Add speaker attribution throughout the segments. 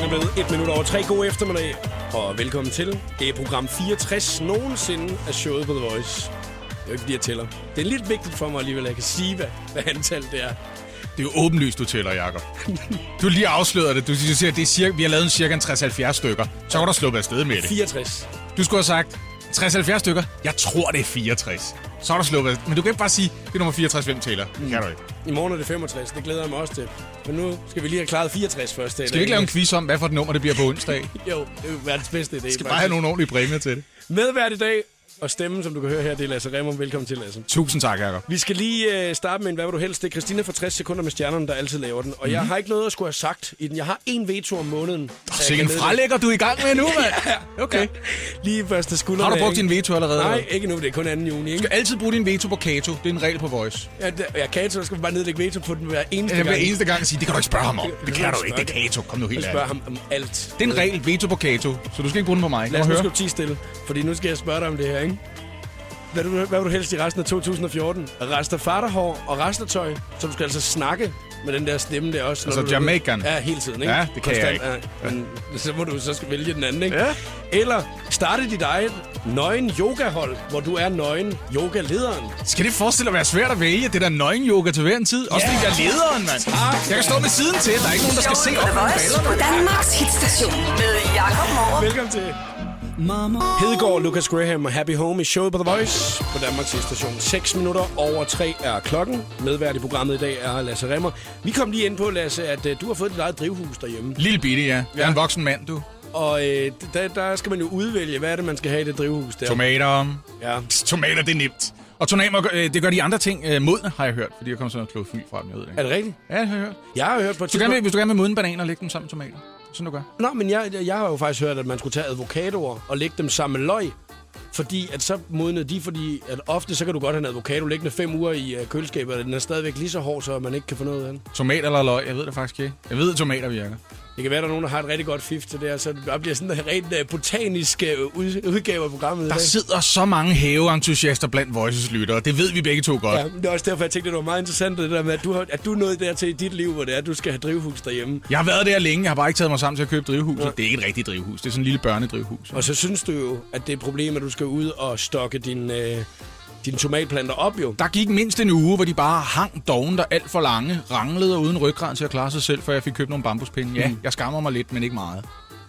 Speaker 1: Klokken er blevet 1:03. God eftermiddag, og velkommen til. Det er program 64 nogensinde af showet på The Voice. Det er jo ikke fordi, jeg tæller. Det er lidt vigtigt for mig alligevel, at jeg kan sige, hvad antal det er.
Speaker 2: Det er jo åbenlyst, du tæller, Jakob. Du lige afsløret det. Du siger, at det er cirka, vi har lavet cirka 60-70 stykker. Så kan du sluppe afsted med det.
Speaker 1: 64.
Speaker 2: Du skulle have sagt 60-70 stykker. Jeg tror, det er 64. Så er der sluppet. Men du kan ikke bare sige, det er nummer 64, hvem tæller. Det kan du ikke.
Speaker 1: I morgen er det 65. Det glæder jeg mig også til. Men nu skal vi lige have klaret 64 først.
Speaker 2: Skal vi ikke lave en quiz om, hvad for et nummer det bliver på onsdag?
Speaker 1: Jo, det er jo verdens bedste idé.
Speaker 2: Skal bare have nogle ordentlige præmier til det.
Speaker 1: Medvært i dag, og stemmen, som du kan høre her, det er Lasse Remmer. Velkommen til, Lasse.
Speaker 2: Tusind tak, Jacob.
Speaker 1: Vi skal lige starte med en hvad vil du helst. Det er Christina fra 60 sekunder med stjernerne, der altid laver den. Og jeg har ikke noget at skulle have sagt i den. Jeg har en veto om måneden.
Speaker 2: Så en frelægger du er i gang med nu, mand. Okay.
Speaker 1: Ja. Lige første skulder.
Speaker 2: Har du brugt din veto allerede?
Speaker 1: Nej, ikke nu. Det er kun 2. juni. Ikke?
Speaker 2: Du skal altid bruge din veto på Kato. Det er en regel på Voice.
Speaker 1: Ja, Kato, der skal bare nedlægge veto på den hver eneste gang.
Speaker 2: Hver eneste gang sige, det kan du ikke spørge ham om. Det kan du ikke. Det er Kato. Kom nu helt
Speaker 1: ærligt. Spørg ham om alt.
Speaker 2: Det er en regel, veto på Kato. Så du skal ikke bruge den på mig.
Speaker 1: Lad os nu skal du tie stille. Fordi nu skal jeg spørge dig om det her, ikke? Hvad vil du helst i resten af 2014? Rastafarterhår og rastertøj, så du skal altså snakke med den der stemme der også.
Speaker 2: Altså Jamaican?
Speaker 1: Ja, hele tiden, ikke?
Speaker 2: Ja, det kan jeg ikke.
Speaker 1: Ja, men så må du så skal vælge den anden, ikke? Ja. Eller starte dit eget nøgen yogahold, hvor du er nøgen yogalederen.
Speaker 2: Skal det forestille at være svært at vælge det der nøgen yoga til hver en tid? Også fordi jeg er lederen, mand. Jeg kan stå med siden til, der er ikke nogen, der skal se op med ballerne.
Speaker 3: Danmarks hitstation med Jakob Morup.
Speaker 1: Velkommen til. Hedegaard, Lucas Graham og Happy Home i showet på The Voice på Danmarks station. 6:03 er klokken. Medvært i programmet i dag er Lasse Remmer. Vi kom lige ind på, Lasse, at du har fået dit eget drivhus derhjemme.
Speaker 2: Lille bitte, ja. Jeg er en voksen mand, du.
Speaker 1: Og der skal man jo udvælge, hvad er det, man skal have i det drivhus der.
Speaker 2: Tomater.
Speaker 1: Ja.
Speaker 2: Tomater, det er nemt. Og tomater, det gør de andre ting modne, har jeg hørt. Fordi jeg kom sådan noget klog fyld fra dem, jeg ved det ikke.
Speaker 1: Er det rigtigt?
Speaker 2: Ja, det har jeg hørt.
Speaker 1: Jeg har hørt på...
Speaker 2: Hvis du gerne vil modne bananer og lægge dem sammen med tomater. Sådan du gør.
Speaker 1: Nå, men jeg har jo faktisk hørt, at man skulle tage avocadoer og lægge dem sammen med løg. Fordi at så modnede de, fordi at ofte så kan du godt have en avocado liggende 5 uger i køleskabet, og den er stadigvæk lige så hård, så man ikke kan få noget af den.
Speaker 2: Tomater eller løg? Jeg ved det faktisk ikke. Jeg ved, at tomater virker.
Speaker 1: Det kan være, der er nogen, der har et rigtig godt fif til det her, så det bliver sådan en rent botanisk udgave af programmet.
Speaker 2: Der sidder så mange haveentusiaster blandt Voices-lyttere. Det ved vi begge to godt.
Speaker 1: Ja, det er også derfor, jeg tænkte, det var meget interessant, det der med, at du er nået dertil i dit liv, hvor det er, at du skal have drivhus derhjemme.
Speaker 2: Jeg har været der længe. Jeg har bare ikke taget mig sammen til at købe drivhuset. Ja. Det er ikke et rigtigt drivhus. Det er sådan en lille børnedrivhus.
Speaker 1: Og så synes du jo, at det er et problem, at du skal ud og stokke dine tomatplanter op, jo.
Speaker 2: Der gik mindst en uge, hvor de bare hang doven der alt for lange, ranglede og uden ryggrad til at klare sig selv, før jeg fik købt nogle bambuspinde. Ja, jeg skammer mig lidt, men ikke meget.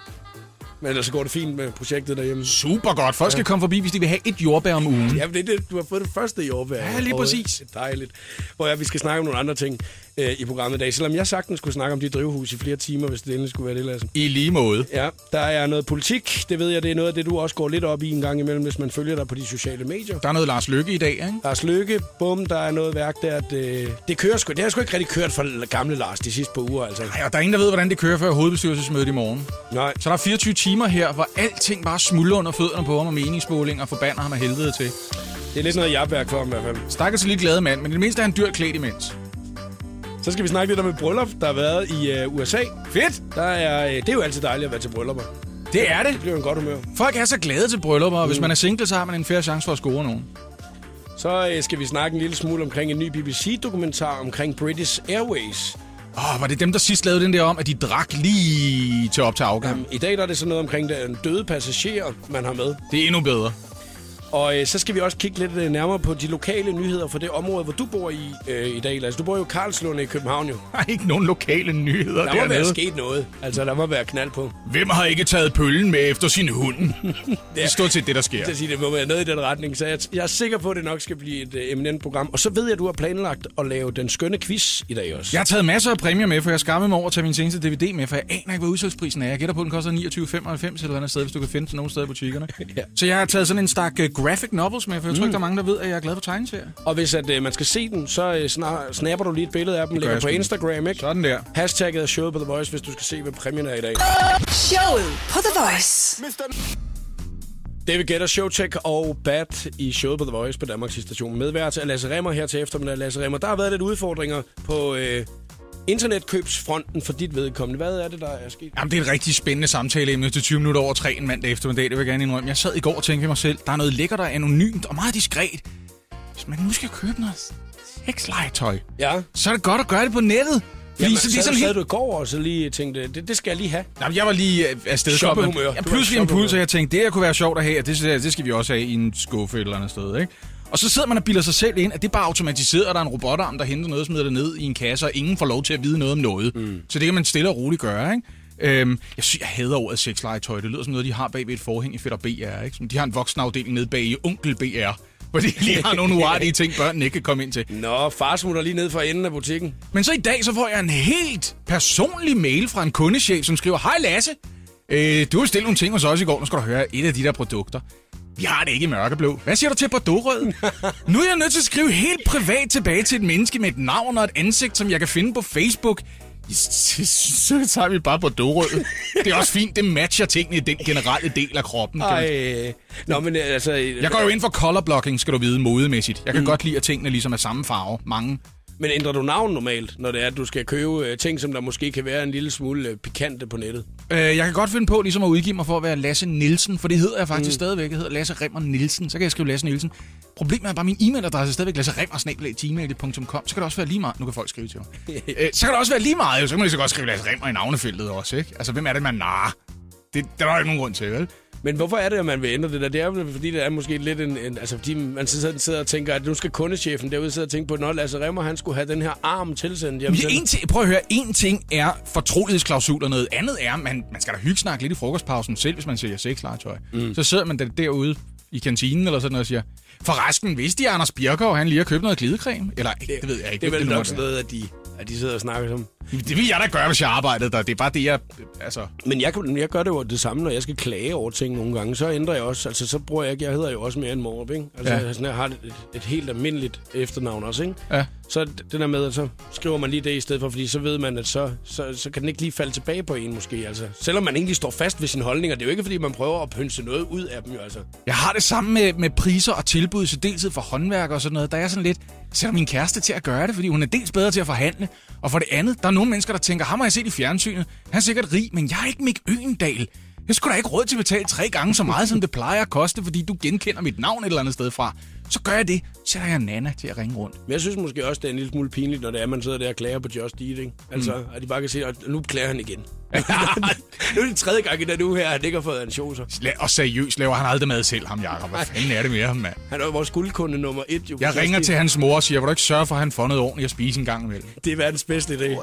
Speaker 1: Men ellers så går det fint med projektet derhjemme.
Speaker 2: Super godt. Folk skal komme forbi, hvis de vil have et jordbær om ugen.
Speaker 1: Ja, det er det. Du har fået det første jordbær.
Speaker 2: Ja, lige præcis.
Speaker 1: Det er dejligt. Hvor vi skal snakke om nogle andre ting i programmet i dag. Selvom jeg sagtens skulle snakke om dit drivhus i flere timer, hvis det endelig skulle være det, Lasse.
Speaker 2: I lige måde.
Speaker 1: Ja, der er noget politik. Det ved jeg, det er noget af det, du også går lidt op i en gang imellem, hvis man følger dig på de sociale medier.
Speaker 2: Der er noget Lars Løkke i dag, ikke?
Speaker 1: Lars Løkke, bum, der er noget værk der. Det kører sgu. Det har sgu ikke rigtig kørt for gamle Lars de sidste par uger, altså.
Speaker 2: Nej, og der er ingen, der ved, hvordan det kører før hovedbestyrelsesmødet i morgen.
Speaker 1: Nej.
Speaker 2: Så der er 24 timer her, hvor alting bare smuldrer under fødderne på ham, og meningsmåling og forbander ham af helvede til.
Speaker 1: Det er lidt noget jabværk for ham i hvert fald.
Speaker 2: Stakkels til lidt glade mand, men det mindste er han dyrt klædt imens.
Speaker 1: Så skal vi snakke lidt om et bryllup, der har været i USA.
Speaker 2: Fedt!
Speaker 1: Det er jo altid dejligt at være til bryllupper.
Speaker 2: Det er det.
Speaker 1: Det bliver en godt humør.
Speaker 2: Folk er så glade til bryllupper, og hvis man er single, så har man en fair chance for at score nogen.
Speaker 1: Så skal vi snakke en lille smule omkring en ny BBC-dokumentar omkring British Airways.
Speaker 2: Var det dem, der sidst lavede den der om, at de drak lige til op til afgang?
Speaker 1: I dag der er det sådan noget omkring den døde passager, man har med.
Speaker 2: Det er endnu bedre.
Speaker 1: Og så skal vi også kigge lidt nærmere på de lokale nyheder for det område, hvor du bor i dag. Altså, du bor jo i Karlslunde i København, jo.
Speaker 2: Der er ikke nogen lokale nyheder dernede.
Speaker 1: Der må være sket noget. Altså, der må være knald på.
Speaker 2: Hvem har ikke taget pøllen med efter sin hund? Det er stort set det, der sker.
Speaker 1: Det må være noget i den retning. Så jeg er sikker på, at det nok skal blive et eminent program. Og så ved jeg, at du har planlagt at lave den skønne quiz i dag også.
Speaker 2: Jeg har taget masser af præmier med, for jeg skammede mig over at tage min seneste DVD med, for jeg aner ikke, hvad udsalgsprisen er. Jeg gætter på, at den koster 29,95 eller andet sted, hvis du kan finde den nogen steder i butikkerne. Ja. Så jeg har taget sådan en stak graphic novels med, for jeg tror ikke, der er mange, der ved, at jeg er glad for tegneserier. Og
Speaker 1: hvis at, man skal se den, så snapper du lige et billede af dem, lægger på Instagram, ikke?
Speaker 2: Sådan der.
Speaker 1: Hashtagget er showet på The Voice, hvis du skal se, hvad præmien er i dag.
Speaker 3: Showet på The Voice.
Speaker 1: David Guetta, Showcheck og Bad i showet på The Voice på Danmarks station. Medvært af Lasse Remmer her til eftermiddag. Lasse Remmer, der har været lidt udfordringer på internetkøbsfronten for dit vedkommende. Hvad er det, der er sket?
Speaker 2: Jamen, det er et rigtig spændende samtale til 20 minutter over 3 en mandag eftermiddag. Det vil jeg gerne indrømme. Jeg sad i går og tænkte ved mig selv, der er noget lækkert og anonymt og meget diskret. Hvis man nu skal købe noget sexlegetøj,
Speaker 1: ja,
Speaker 2: så er det godt at gøre det på nettet.
Speaker 1: Fordi så sådan helt... du i går og så lige tænkte, det skal jeg lige have.
Speaker 2: Jamen, jeg var lige afsted.
Speaker 1: Shoppehumør.
Speaker 2: Pludselig en puls, og jeg tænkte, det kunne være sjovt at have, og det skal vi også have i en skuffe et eller andet sted, ikke? Og så sidder man og bilder sig selv ind, at det er bare automatiseret, og der er en robotarm, der henter noget og smider det ned i en kasse, og ingen får lov til at vide noget om noget. Så det kan man stille og roligt gøre, ikke? Jeg hader ordet sexlegetøj. Det lyder som noget, de har bag ved et forhæng i Fætter BR, ikke? Som de har en voksenafdeling nede bag i Onkel BR, hvor de lige har nogle uartige ting, børnene ikke kan komme ind til.
Speaker 1: Nå, far smutter lige ned fra enden af butikken.
Speaker 2: Men så i dag, så får jeg en helt personlig mail fra en kundechef, som skriver, hej Lasse, du har stillet nogle ting hos os i går, nu skal du høre et af de der produkter. Vi har det ikke i mørkeblå. Hvad siger du til Bordeaux-rød? Nu er jeg nødt til at skrive helt privat tilbage til et menneske med et navn og et ansigt, som jeg kan finde på Facebook. Så tager vi bare Bordeaux-rød. Det er også fint, det matcher tingene i den generelle del af kroppen.
Speaker 1: Nå, men altså...
Speaker 2: Jeg går jo ind for color blocking, skal du vide, modemæssigt. Jeg kan godt lide, at tingene ligesom er samme farve. Mange.
Speaker 1: Men ændrer du navn normalt, når det er, at du skal købe ting, som der måske kan være en lille smule pikante på nettet?
Speaker 2: Jeg kan godt finde på ligesom at udgive mig for at være Lasse Nielsen, for det hedder jeg faktisk stadigvæk. Jeg hedder Lasse Rimmer Nielsen. Så kan jeg skrive Lasse Nielsen. Problemet er bare, min e-mailadresse er stadigvæk lasserimmer@gmail.com. Så kan det også være lige meget. Nu kan folk skrive til mig. Så kan det også være lige meget. Så kan man lige så godt skrive Lasse Rimmer i navnefeltet også, ikke? Altså, hvem er det, man nar? Det er der ikke nogen grund til, vel?
Speaker 1: Men hvorfor er det, at man vil ændre det der? Det er jo, fordi det er måske lidt altså, fordi man sidder og tænker, at nu skal kundechefen derude sidde og tænke på, at Lasse Rimmer, han skulle have den her arm tilsendt.
Speaker 2: Prøv at høre, en ting er fortrolighedsklausuler, noget andet er, man skal da hyggesnakke lidt i frokostpausen selv, hvis man sælger sexlegetøj. Så sidder man derude i kantinen eller sådan noget og siger, forresten, vidste de, Anders Birkov, han lige har købt noget glidecreme? Eller, det ved jeg ikke.
Speaker 1: Det er vel nok sådan noget, at de sidder og snakker om.
Speaker 2: Det vil jeg da gøre, hvis jeg arbejdede der. Det er bare det, jeg... Altså...
Speaker 1: Men jeg gør det jo det samme, når jeg skal klage over ting nogle gange. Så ændrer jeg også... Altså, så bruger jeg hedder jo også mere end Morup, ikke? Altså, jeg har et helt almindeligt efternavn også, ikke?
Speaker 2: Ja.
Speaker 1: Så det der med, at så skriver man lige det i stedet for, fordi så ved man, at så kan den ikke lige falde tilbage på en måske, altså. Selvom man egentlig står fast ved sine holdninger. Det er jo ikke, fordi man prøver at pynse noget ud af dem, jo, altså.
Speaker 2: Jeg har det samme med priser og tilbud, så dels for håndværk og sådan noget. Der er sådan lidt... Sætter min kæreste til at gøre det, fordi hun er dels bedre til at forhandle. Og for det andet, der er nogle mennesker, der tænker, ham har jeg set i fjernsynet. Han er sikkert rig, men jeg er ikke Mick Øgendahl. Jeg skulle da ikke råd til at betale 3 gange så meget, som det plejer at koste, fordi du genkender mit navn et eller andet sted fra. Så gør jeg det. Så sætter jeg Nana til at ringe rundt.
Speaker 1: Men jeg synes måske også, det er en lille smule pinligt, når det er, man sidder der og klager på Just Eat, ikke? Altså, at de bare kan se, at nu klager han igen. Nu er det 3. gang i den uge her, at han ikke har fået ansjoser.
Speaker 2: Og seriøst laver han aldrig mad selv, ham Jacob. Hvad fanden er det med ham, mand?
Speaker 1: Han er jo vores guldkunde nummer 1, jo.
Speaker 2: Jeg ringer til hans mor og siger, vil du ikke sørge for, at han får noget ordentligt at spise en gang imellem?
Speaker 1: Det er verdens bedste idé.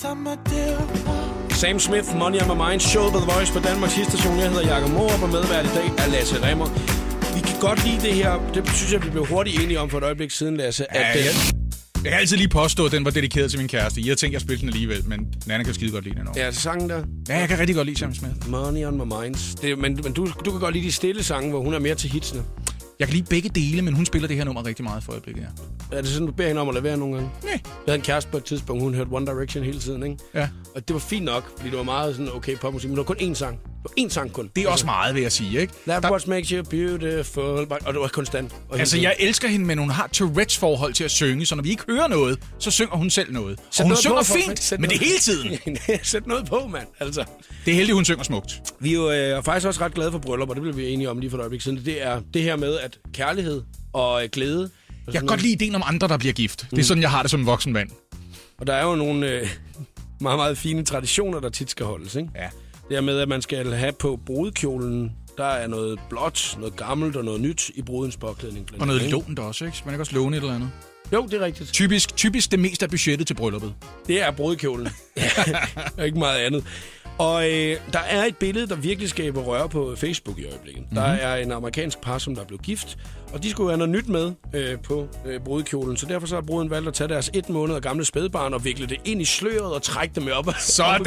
Speaker 1: Sam Smith, Money on My Mind, show på The Voice på Danmarks station. Jeg hedder Jacob Morup, og medvært i dag er Lasse Rimmer. Vi kan godt lide det her. Det synes jeg, vi blev hurtigt enige om for et øjeblik siden, Lasse.
Speaker 2: Jeg kan altid lige påstå, at den var dedikeret til min kæreste. Jeg tænkte, jeg spille den alligevel, men Nana kan skide godt lide den også.
Speaker 1: Ja, sangen der.
Speaker 2: Ja, jeg kan rigtig godt lide Sam Smith.
Speaker 1: Money on My Mind. Men du kan godt lide de stille sange, hvor hun er mere til hitsene.
Speaker 2: Jeg kan lide begge dele, men hun spiller det her nummer rigtig meget for øjeblikket, ja.
Speaker 1: Er det sådan, du beder hende om at lade være nogle gange?
Speaker 2: Nej.
Speaker 1: Jeg havde en kæreste på et tidspunkt, hun hørte One Direction hele tiden, ikke?
Speaker 2: Ja.
Speaker 1: Og det var fint nok, fordi det var meget sådan okay popmusik, men det var kun én sang. Det var én sang kun.
Speaker 2: Det er også meget, vil jeg sige, ikke?
Speaker 1: That what makes you beautiful. Og det var konstant.
Speaker 2: Altså, jeg elsker hende, men hun har Tourettes forhold til at synge, så når vi ikke hører noget, så synger hun selv noget. Og hun synger fint, men det er hele tiden.
Speaker 1: Sæt noget på, mand. Altså.
Speaker 2: Det er heldigt, hun synger smukt.
Speaker 1: Vi er jo faktisk også ret glade for bryllup, og det blev vi enige om lige for et øjeblik siden. Det er det her med, at kærlighed og glæde...
Speaker 2: Jeg kan godt lide ideen om andre, der bliver gift. Det er sådan, jeg har det som voksen mand.
Speaker 1: Og der er jo nogle meget, meget fine traditioner, der tit skal holdes, ikke?
Speaker 2: Ja.
Speaker 1: Det er med, at man skal have på brudekjolen, der er noget blåt, noget gammelt og noget nyt i brudens påklædning.
Speaker 2: Og noget lånt også, ikke? Man kan også låne et eller andet.
Speaker 1: Jo, det er rigtigt.
Speaker 2: Typisk det meste af budgettet til brylluppet.
Speaker 1: Det er brudekjolen. Og ikke meget andet. Og der er et billede, der virkelig skaber røre på Facebook i øjeblikket. Der er en amerikansk par, som der blev gift, og de skulle have noget nyt med på brudekjolen. Så derfor så har bruden valgt at tage deres 1 måned gamle spædbarn og vikle det ind i sløret og trække det med op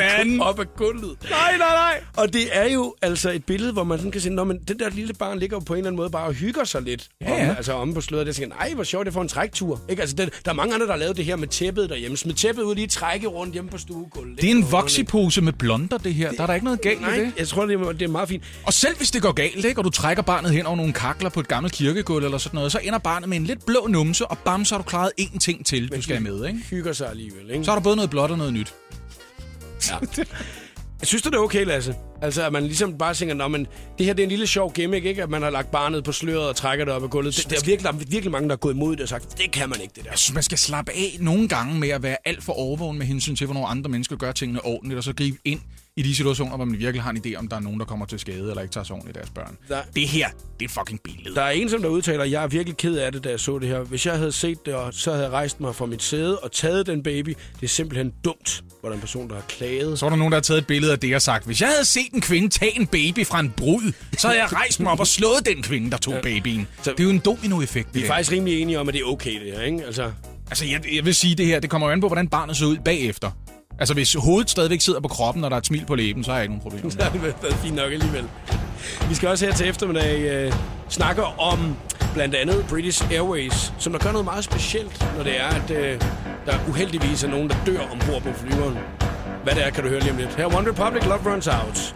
Speaker 1: af gulvet.
Speaker 2: Nej.
Speaker 1: Og det er jo altså et billede, hvor man sådan kan sige, men det der lille barn ligger jo på en eller anden måde bare og hygger sig lidt.
Speaker 2: Ja.
Speaker 1: Om på sløret. Jeg tænker, nej, hvor sjovt, det får en træktur. Ikke? Altså, der er mange andre, der har lavet det her med tæppet derhjemme. Smid tæppet ud lige trække rundt hjemme på stuegulvet.
Speaker 2: Det er en voksipose med blonder, det her. Der er der ikke noget galt med det.
Speaker 1: Nej, jeg tror, det er meget fint.
Speaker 2: Og selv hvis det går galt, ikke, og du trækker barnet hen over nogle kakler på et gammelt kirkegulv eller sådan noget, så ender barnet med en lidt blå numse, og bam, så har du klaret én ting til, du skal have med, ikke?
Speaker 1: Hygger sig alligevel, ikke?
Speaker 2: Så har du både noget blåt og noget nyt.
Speaker 1: Ja. Jeg synes, det er okay, Lasse. Altså, at man ligesom bare tænker, men det her det er en lille sjov gimmick, ikke? At man har lagt barnet på sløret og trækker det op ad gulvet. Der er virkelig mange, der er gået imod det og sagt, det kan man ikke, det der.
Speaker 2: Jeg synes, man skal slappe af nogle gange med at være alt for overvågen med hensyn til, hvornår andre mennesker gør tingene ordentligt, og så gribe ind i de situationer, hvor man virkelig har en idé om, der er nogen, der kommer til skade eller ikke tager sig ordentligt deres børn. Det her, det er fucking billede.
Speaker 1: Der er en, som der udtaler, jeg er virkelig ked af det, da jeg så det her. Hvis jeg havde set det, så havde jeg rejst mig fra mit sæde og taget den baby. Det er simpelthen dumt, hvor der er en person, der har klaget.
Speaker 2: Så er der nogen, der har taget et billede af det og sagt, hvis jeg havde set en kvinde tage en baby fra en brud, så havde jeg rejst mig op og slået den kvinde, der tog babyen. Så det er jo en dominoeffekt.
Speaker 1: Vi er faktisk rimelig enige om, at det er okay, det her, ikke? Altså
Speaker 2: jeg vil sige det her, det kommer jo an på, hvordan barnet ser ud bagefter. Altså, hvis hovedet stadigvæk sidder på kroppen, og der er et smil på læben, så har jeg ikke nogen problemer.
Speaker 1: Så har det været fint nok alligevel. Vi skal også her til eftermiddag snakke om blandt andet British Airways, som der gør noget meget specielt, når det er, at der uheldigvis er nogen, der dør ombord på flyveren. Hvad det er, kan du høre lige om lidt. Her One Republic, Love Runs Out.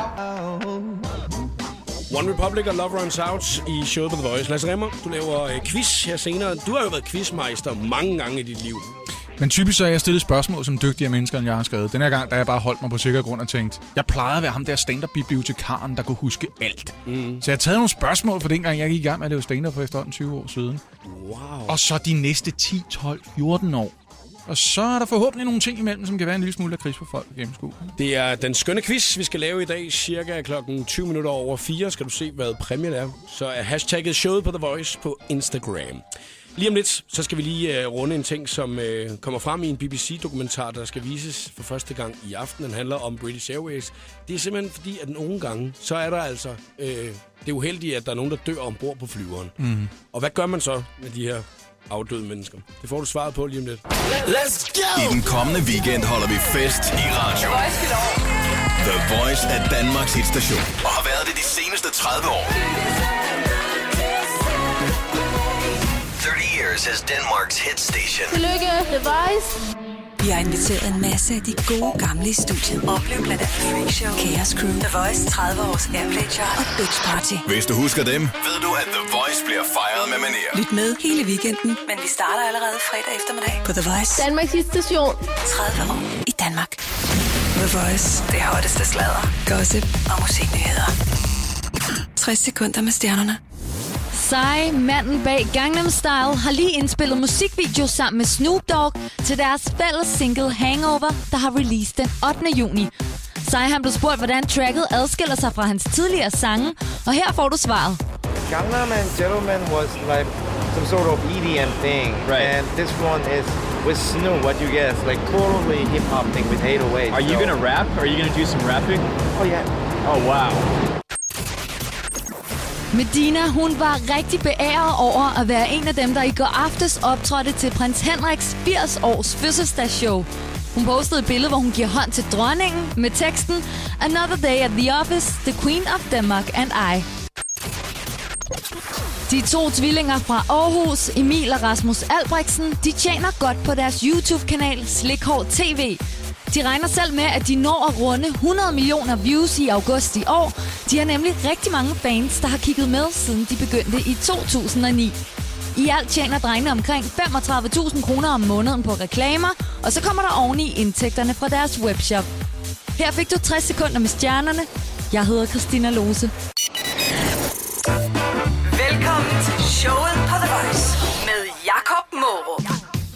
Speaker 1: One Republic og Love Runs Out i showet på The Voice. Lasse Remmer, du laver quiz her senere. Du har jo været quizmeister mange gange i dit liv.
Speaker 2: Men typisk så er jeg stillet spørgsmål som dygtigere mennesker, end jeg har skrevet. Den her gang, der jeg bare holdt mig på sikker grund og tænkt, jeg plejede at være ham der stand-up-bibliotekaren, der kunne huske alt. Så jeg har taget nogle spørgsmål for dengang, jeg gik i gang med at lave stand-up for efterhånden 20 år siden.
Speaker 1: Wow.
Speaker 2: Og så de næste 10, 12, 14 år. Og så er der forhåbentlig nogle ting imellem, som kan være en lille smule af kris for folk at gennemskue.
Speaker 1: Det er den skønne quiz, vi skal lave i dag. Cirka klokken 20 minutter over 4 skal du se, hvad præmien er. Så er hashtagget showet på The Voice på Instagram. Lige om lidt, så skal vi lige runde en ting, som kommer frem i en BBC-dokumentar, der skal vises for første gang i aften. Den handler om British Airways. Det er simpelthen fordi, at nogle gange, så er der altså det uheldige, at der er nogen, der dør ombord på flyveren. Og hvad gør man så med de her afdøde mennesker? Det får du svaret på lige om lidt.
Speaker 4: Let's go! I den kommende weekend holder vi fest i radio. The Voice er Danmarks hitstation og har været det de seneste 30 år. 30 years as Denmark's hit station.
Speaker 5: Tillykke, The Voice.
Speaker 3: Vi har inviteret en masse af de gode gamle i studiet. Oplev blandt andet Freak Show, Chaos Crew, The Voice 30 års Airplay Chart og Bitch Party.
Speaker 4: Hvis du husker dem, ved du, at The Voice bliver fejret med manér.
Speaker 3: Lyt med hele weekenden, men vi starter allerede fredag eftermiddag på The Voice.
Speaker 5: Danmarks hitstation.
Speaker 3: 30 år i Danmark. The Voice. Det hotteste sladder, gossip og musiknyheder. 60 sekunder med stjernerne.
Speaker 6: Psy, manden bag Gangnam Style, har lige indspillet musikvideo sammen med Snoop Dogg til deres fælles single Hangover, der har release den 8. juni. Psy han blev spurgt, hvordan tracket adskiller sig fra hans tidligere sange, og her får du svaret.
Speaker 7: Gangnam and Gentleman was like some sort of EDM thing, right? And this one is with Snoop. What you guess? Like totally hip hop thing with 808.
Speaker 8: Are you gonna rap? Are you gonna do some rapping?
Speaker 7: Oh yeah.
Speaker 8: Oh wow.
Speaker 6: Medina, hun var rigtig beæret over at være en af dem, der i går aftes optrådte til prins Henriks 80 års fødselsdagsshow. Hun postede et billede, hvor hun giver hånd til dronningen med teksten Another day at the office, the Queen of Denmark and I. De to tvillinger fra Aarhus, Emil og Rasmus Albrechtsen, de tjener godt på deres YouTube-kanal Slikhår TV. De regner selv med, at de når at runde 100 millioner views i august i år. De har nemlig rigtig mange fans, der har kigget med, siden de begyndte i 2009. I alt tjener drengene omkring 35.000 kroner om måneden på reklamer, og så kommer der oveni indtægterne fra deres webshop. Her fik du 60 sekunder med stjernerne. Jeg hedder Christina Lose.
Speaker 3: Velkommen til showet på The Voice med Jakob Mårup.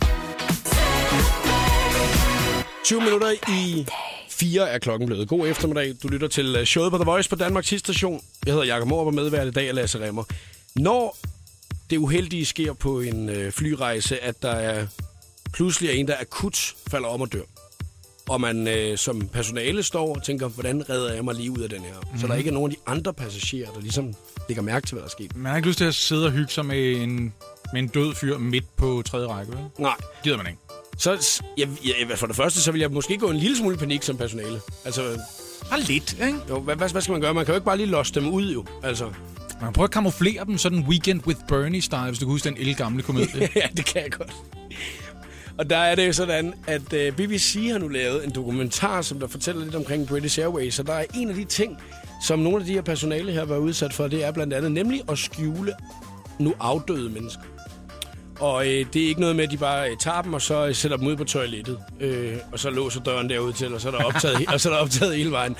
Speaker 1: 20 minutter i 4 er klokken blevet. God eftermiddag. Du lytter til showet på The Voice på Danmarks hitstation. Jeg hedder Jakob Mårup og medvært i dag af Lasse Remmer. Når det uheldige sker på en flyrejse, at der er pludselig er en, der akut falder om og dør, og man som personale står og tænker, hvordan redder jeg mig lige ud af den her? Så der ikke er nogen af de andre passagerer, der ligesom lægger mærke til, hvad der er sket.
Speaker 2: Man har ikke lyst til at sidde og hygge sig med en død fyr midt på tredje række, vel?
Speaker 1: Nej.
Speaker 2: Gider man ikke.
Speaker 1: Så for det første, så vil jeg måske gå en lille smule panik som personale. Altså,
Speaker 2: bare lidt, ikke?
Speaker 1: Jo, hvad skal man gøre? Man kan jo ikke bare lige losse dem ud, jo. Altså.
Speaker 2: Man kan prøve at kamuflere dem sådan Weekend with Bernie-style, hvis du kan huske den ældgamle komedie.
Speaker 1: Ja, det kan jeg godt. Og der er det jo sådan, at BBC har nu lavet en dokumentar, som der fortæller lidt omkring British Airways. Og der er en af de ting, som nogle af de her personale her var udsat for, det er blandt andet nemlig at skjule nu afdøde mennesker. Og det er ikke noget med, at de bare tager dem, og så sætter dem ud på toilettet. Og så låser døren derud til, og så er der optaget, og så er der optaget hele vejen.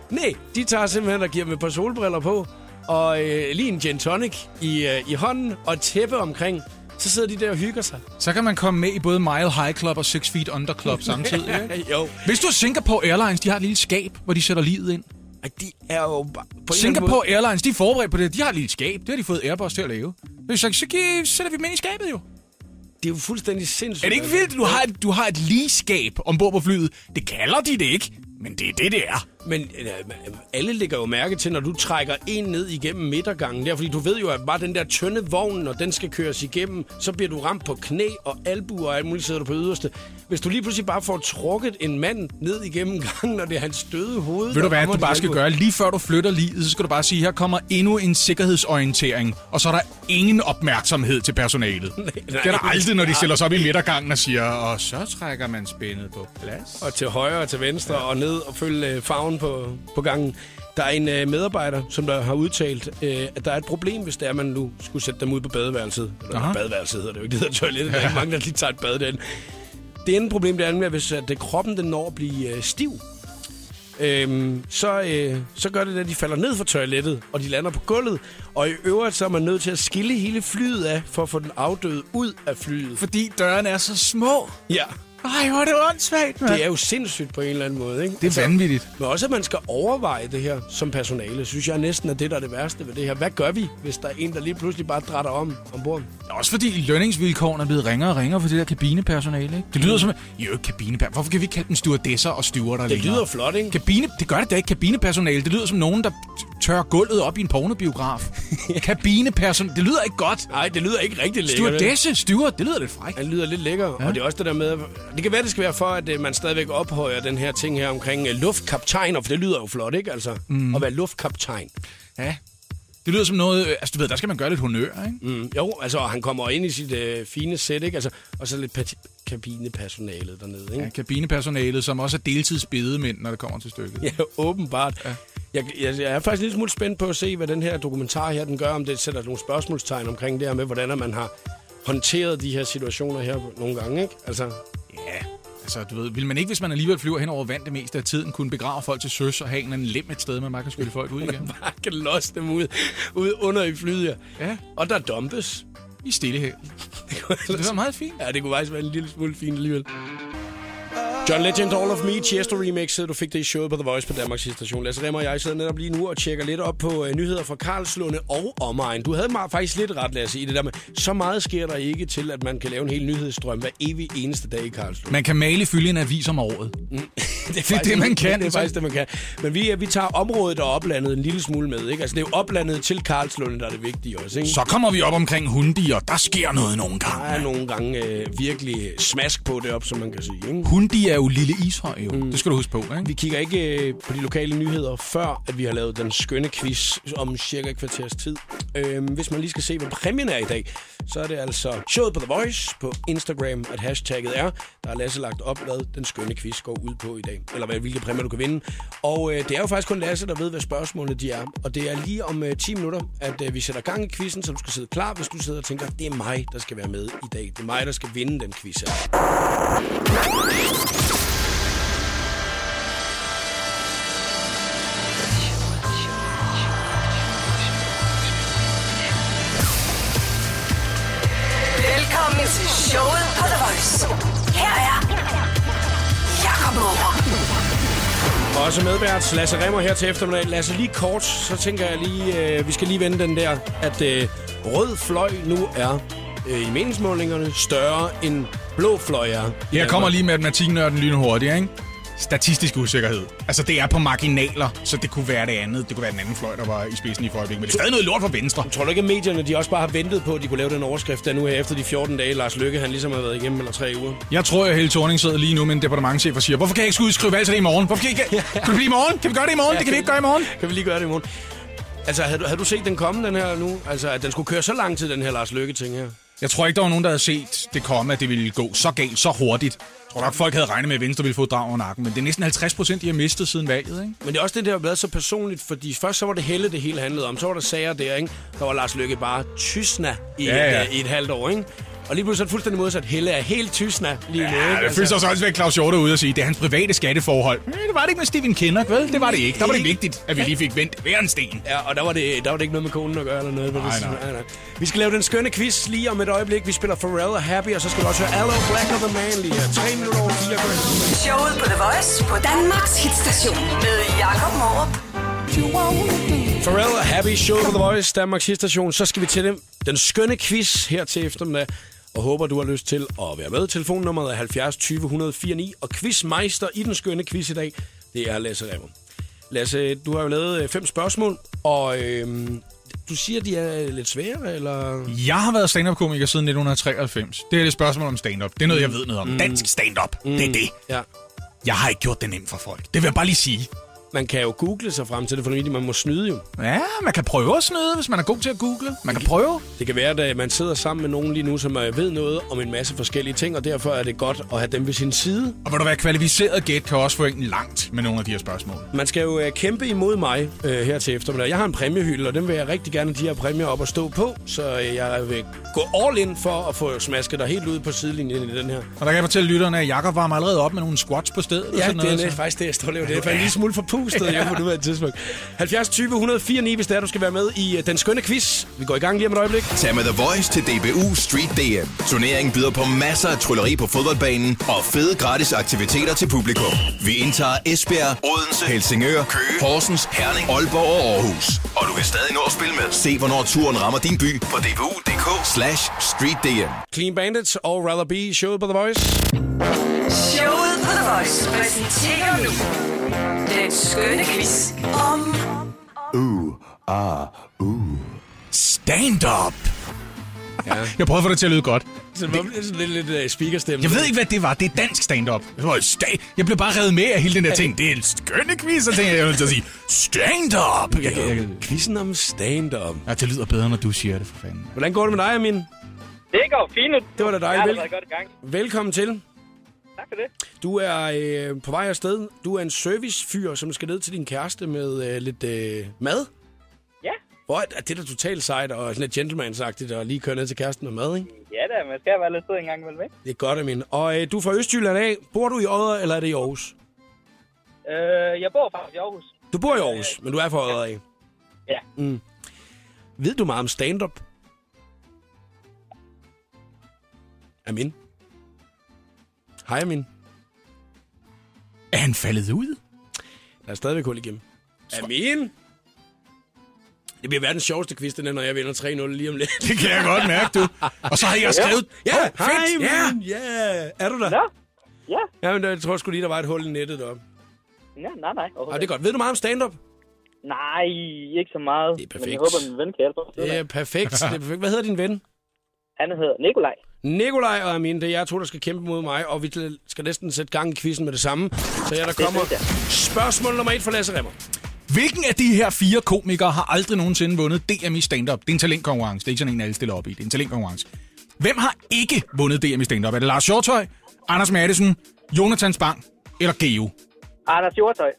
Speaker 1: Nej, de tager simpelthen og giver dem et par solbriller på, og lige en gin tonic i hånden, og et tæppe omkring. Så sidder de der og hygger sig.
Speaker 2: Så kan man komme med i både Mile High Club og 6 Feet Under Club samtidig, ikke?
Speaker 1: Jo.
Speaker 2: Hvis du Singapore Airlines, de har et lille skab, hvor de sætter livet ind.
Speaker 1: De er jo på
Speaker 2: Singapore Airlines, de er forberedt på det. De har et lille skab. Det har de fået Airbus til at lave. Så sætter vi dem ind i skabet, jo.
Speaker 1: Det er jo fuldstændig sindssygt.
Speaker 2: Er det ikke vildt, du har et ligeskab ombord på flyet? Det kalder de det ikke, men det er det er.
Speaker 1: Men alle lægger jo mærke til, når du trækker en ned igennem midtergangen der, fordi du ved jo, at bare den der tynde vogn, når den skal køres igennem, så bliver du ramt på knæ og albuer og alt muligt, sidder du på yderste. Hvis du lige pludselig bare får trukket en mand ned igennem gangen, når det er hans døde hoved...
Speaker 2: Ved du hvad, du bare skal gøre? Lige før du flytter livet, så skal du bare sige, her kommer endnu en sikkerhedsorientering, og så er der ingen opmærksomhed til personalet. Nej, det er der aldrig, når de stiller sig op i midtergangen og siger, og så trækker man spændet på plads.
Speaker 1: Og til højre og til venstre og ned og følge farven på gangen. Der er en medarbejder, som der har udtalt, at der er et problem, hvis det er, man nu skulle sætte dem ud på badeværelset. Eller badeværelset hedder det jo ikke, det hedder toilettet. Der er ikke mange, der lige tager et bad derinde. Det ene problem, det er, at hvis kroppen den når at blive stiv, så gør det, at de falder ned fra toilettet, og de lander på gulvet. Og i øvrigt, så er man nødt til at skille hele flyet af, for at få den afdøde ud af flyet.
Speaker 2: Fordi dørene er så små.
Speaker 1: Ja.
Speaker 2: Ej, hvor er det åndssvagt, mand.
Speaker 1: Det er jo sindssygt på en eller anden måde, ikke?
Speaker 2: Det er vanvittigt.
Speaker 1: Men også, at man skal overveje det her som personale, synes jeg næsten er det, der er det værste ved det her. Hvad gør vi, hvis der er en, der lige pludselig bare drætter ombord?
Speaker 2: Også fordi lønningsvilkårene er blevet ringere og ringere for det der kabinepersonale, ikke? Det lyder som... Jo, kabinepersonale. Hvorfor kan vi ikke kalde dem stewardesser og stewarder længere?
Speaker 1: Det lyder flot, ikke?
Speaker 2: Det gør det da ikke, kabinepersonale. Det lyder som nogen, der tørrer gulvet op i en pornobiograf. Kabinepersonale. Det lyder ikke godt.
Speaker 1: Nej, det lyder ikke rigtig lækker.
Speaker 2: Steward, det lyder lidt frækt.
Speaker 1: Det lyder lidt lækker, ja. Og det er også det der med... Det kan være, det skal være for, at man stadigvæk ophøjer den her ting her omkring luftkaptajner, for det lyder jo flot, ikke? Altså, at være luftkaptajn.
Speaker 2: Ja. Det lyder som noget... Altså, du ved, der skal man gøre lidt honør, ikke?
Speaker 1: Jo, altså, han kommer ind i sit fine sæt, ikke? Altså, og så lidt kabinepersonalet dernede, ikke?
Speaker 2: Ja, kabinepersonalet, som også er deltidsbedemænd, når det kommer til stykket.
Speaker 1: Ja, åbenbart. Ja. Jeg er faktisk lidt smule spændt på at se, hvad den her dokumentar her, den gør, om det sætter nogle spørgsmålstegn omkring det her med, hvordan man har håndteret de her situationer her nogle gange, ikke? Altså...
Speaker 2: Ja, altså du ved, vil man ikke, hvis man alligevel flyver hen over vand det meste af tiden, kunne begrave folk til søs og have en lem et sted, man bare kan skylle folk ud igen?
Speaker 1: Man bare kan losse dem ud under i flyet,
Speaker 2: ja.
Speaker 1: Og der dumpes.
Speaker 2: I stillehed. Det var meget fint.
Speaker 1: Ja, det kunne faktisk være en lille smule fint alligevel. John Legend, All of Me, Chester remixet. Du fik det i showet på The Voice på Danmarks station. Lasse Remmer og jeg sidder netop lige nu og tjekker lidt op på nyheder fra Karlslunde og omegn. Du havde faktisk lidt ret, Lasse, i det der med, så meget sker der ikke til, at man kan lave en hel nyhedsstrøm hver evig eneste dag i Karlslunde.
Speaker 2: Man kan male fylde en avis om året.
Speaker 1: Det er det, man kan. Det er faktisk det, man kan. Men vi tager området og oplandet en lille smule med, ikke? Altså, det er jo oplandet til Karlslunde, der er det vigtige også, ikke?
Speaker 2: Så kommer vi op omkring Hundi, og der sker noget nogle gange.
Speaker 1: Der er nogle gange virkelig smask på det op, som man kan sige, ikke?
Speaker 2: Hundi er jo lille Ishøj, jo. Det skal du huske på, ikke?
Speaker 1: Vi kigger ikke på de lokale nyheder, før at vi har lavet den skønne quiz om cirka et kvarters tid. Hvis man lige skal se, hvad præmien er i dag, så er det altså showet på The Voice på Instagram, at hashtagget er. Der er Lasse lagt op, hvad den skønne quiz går ud på i dag. Eller hvilke præmier du kan vinde. Og det er jo faktisk kun Lasse, der ved, hvad spørgsmålene de er. Og det er lige om 10 minutter, at vi sætter gang i quizzen, så du skal sidde klar, hvis du sidder og tænker, det er mig, der skal være med i dag. Det er mig, der skal vinde den quiz her.
Speaker 3: Velkommen til showet på The Voice. Her er Jakob Morup.
Speaker 1: Også medvært Lasse Remmer her til eftermiddag. Lasse, lige kort, så tænker jeg lige, vi skal lige vende den der, at rød fløj nu er i meningsmålingerne større end blå fløj er.
Speaker 2: Jeg kommer lige med matematiknørden lynhurtigt, ikke? Statistisk usikkerhed. Altså, det er på marginaler, så det kunne være det andet. Det kunne være den anden fløj, der var i spidsen i øjeblikket. Men det er stadig noget lort for Venstre.
Speaker 1: Tror du ikke, at medierne de også bare har ventet på, at de kunne lave den overskrift, der nu her efter de 14 dage, Lars Løkke, han ligesom har været igennem, eller 3 uger?
Speaker 2: Jeg tror, at Helle Thorning sidder lige nu med en departementschef og siger, hvorfor kan jeg ikke udskrive valg til det i morgen? Hvorfor kan ikke? Kan det blive i morgen? Kan vi gøre det i morgen? Det kan vi ikke gøre i morgen.
Speaker 1: Kan vi lige gøre det i morgen? Altså, havde du set den komme, den her nu? Altså, at den skulle køre så lang tid, den her Lars Løkke-ting her?
Speaker 2: Jeg tror ikke, der var nogen, der havde set det komme, at det ville gå så galt, så hurtigt. Jeg tror nok, folk havde regnet med, at Venstre ville få drag over nakken, men det er næsten 50%, de har mistet siden valget, ikke?
Speaker 1: Men det er også det, der har været så personligt, fordi først så var det Helle, det hele handlede om. Så var der sager der, ikke? Der var Lars Løkke bare tysna i et halvt år, ikke? Og lige pludselig er det fuldstændig modsat. Helle er helt tysner lige nu.
Speaker 2: Ja, det føles også ved Claus Hjort ude at sige, det er hans private skatteforhold. Det var det ikke med Steven Kinnock, vel? Det var det ikke. Der var det vigtigt, at vi lige fik vendt hver en sten.
Speaker 1: Ja, og der var det ikke noget med konen at gøre eller noget. Nej. Vi skal lave den skønne quiz lige om et øjeblik. Vi spiller Pharrell og Happy, og så skal vi også høre Allo Black of the Man lige her. 3 minutter over 4.
Speaker 3: Showet på The Voice på Danmarks hitstation med Jakob Morup.
Speaker 1: Pharrell og Happy, show på The Voice, Danmarks hitstation. Så skal vi til den skønne quiz her til eftermiddag. Og håber, du har lyst til at være med. Telefonnummeret er 70 20 104 9. Og quizmeister i den skønne quiz i dag, det er Lasse Remmer. Lasse, du har jo lavet 5 spørgsmål, og du siger, de er lidt svære, eller?
Speaker 2: Jeg har været stand-up-komiker siden 1993. Det er et spørgsmål om stand-up. Det er noget, jeg ved noget om. Dansk stand-up, det er det.
Speaker 1: Ja.
Speaker 2: Jeg har ikke gjort det nemt for folk. Det vil jeg bare lige sige.
Speaker 1: Man kan jo google sig frem til det, for man må snyde jo.
Speaker 2: Ja, man kan prøve at snyde, hvis man er god til at google. Man kan prøve.
Speaker 1: Det kan være, at man sidder sammen med nogen lige nu, som ved noget om en masse forskellige ting, og derfor er det godt at have dem ved sin side.
Speaker 2: Og vil du være kvalificeret gæt, kan også få en langt med nogle af de her spørgsmål.
Speaker 1: Man skal jo kæmpe imod mig her til eftermiddag. Jeg har en præmiehylde, og den vil jeg rigtig gerne de her præmier op at stå på, så jeg vil gå all in for at få smasket dig helt ud på sidelinjen i den her. Og
Speaker 2: der kan jeg fortælle lytterne, at Jakob varmer allerede op med nogle squats på stedet.
Speaker 1: Ja, det er faktisk det, jeg står og laver. Det er en lille smule forpustet. På nuværende tidspunkt. 70 20 104 9, hvis der du skal være med i den skønne quiz. Vi går i gang lige om et øjeblik.
Speaker 4: Tag med The Voice til DBU Street DM. Turneringen byder på masser af trylleri på fodboldbanen og fede gratis aktiviteter til publikum. Vi indtager Esbjerg, Odense, Helsingør, Køge, Horsens, Herning, Aalborg og Aarhus. Og du kan stadig nå at spille med. Se, hvornår turen rammer din by på dbu.dk/streetdm.
Speaker 1: Clean Bandits og Rather Be, showet på The Voice.
Speaker 3: Showet på The Voice præsenterer nu den skønne quiz om...
Speaker 2: Stand-up! Ja. Jeg prøvede at få det til at lyde godt.
Speaker 1: Så det var sådan lidt speakerstemme.
Speaker 2: Jeg ved ikke, hvad det var. Det er dansk stand-up. Jeg blev bare revet med af hele den der ting. Det er en skønne quiz, og tænkte jeg nødt til at sige stand-up!
Speaker 1: Quizzen om stand-up.
Speaker 2: Ja, det lyder bedre, når du siger det, for fanden.
Speaker 1: Hvordan går det med dig, Amin?
Speaker 9: Det går fint.
Speaker 1: Det var da dejligt.
Speaker 9: Jeg har godt i gang.
Speaker 1: Velkommen til.
Speaker 9: Tak for det.
Speaker 1: Du er på vej afsted. Du er en servicefyr, som skal ned til din kæreste med lidt mad.
Speaker 9: Ja.
Speaker 1: Hvor er det da totalt sejt og sådan lidt gentleman-agtigt at lige køre ned til kæresten med mad, ikke?
Speaker 9: Ja da, man skal være lidt sød en gang imellem, ikke?
Speaker 1: Det er godt, Amin. Og du er fra Østjylland af. Bor du i Odder, eller er det i Aarhus?
Speaker 9: Jeg bor faktisk i Aarhus.
Speaker 1: Du bor i Aarhus, men du er fra Odder af?
Speaker 9: Ja.
Speaker 1: Ved du meget om stand-up? Amin? Hej, Amin.
Speaker 2: Er han faldet ud?
Speaker 1: Der er stadigvæk hul igennem. Amin? Det bliver verdens sjoveste quiz, den når jeg vinder 3-0 lige om lidt.
Speaker 2: Det kan jeg godt mærke, du. Og så har jeg skrevet...
Speaker 1: Ja, hej, Amin. Ja. Er du der?
Speaker 9: Ja.
Speaker 1: Jamen, jeg tror sgu lige, der var et hul i nettet deroppe.
Speaker 9: Ja, nej.
Speaker 1: Det er godt. Ved du meget om stand-up?
Speaker 9: Nej, ikke så meget.
Speaker 1: Det er perfekt.
Speaker 9: Men jeg håber, min ven kan hjælpe os.
Speaker 1: Det er perfekt. Hvad hedder din ven?
Speaker 9: Han hedder Nikolaj.
Speaker 1: Nikolaj og Amin, det er jer to, der skal kæmpe mod mig, og vi skal næsten sætte gang i quizzen med det samme. Så der kommer spørgsmål nummer 1 for Lasse Remmer.
Speaker 2: Hvilken af de her 4 komikere har aldrig nogensinde vundet DM i stand-up? Det er en talentkonkurrence. Det er ikke sådan en, alle stiller op i. Det er en talentkonkurrence. Hvem har ikke vundet DM i stand-up? Er det Lars Hjortøj, Anders Matthesen, Jonathan Spang eller Geo?
Speaker 9: Anders Hjortøj.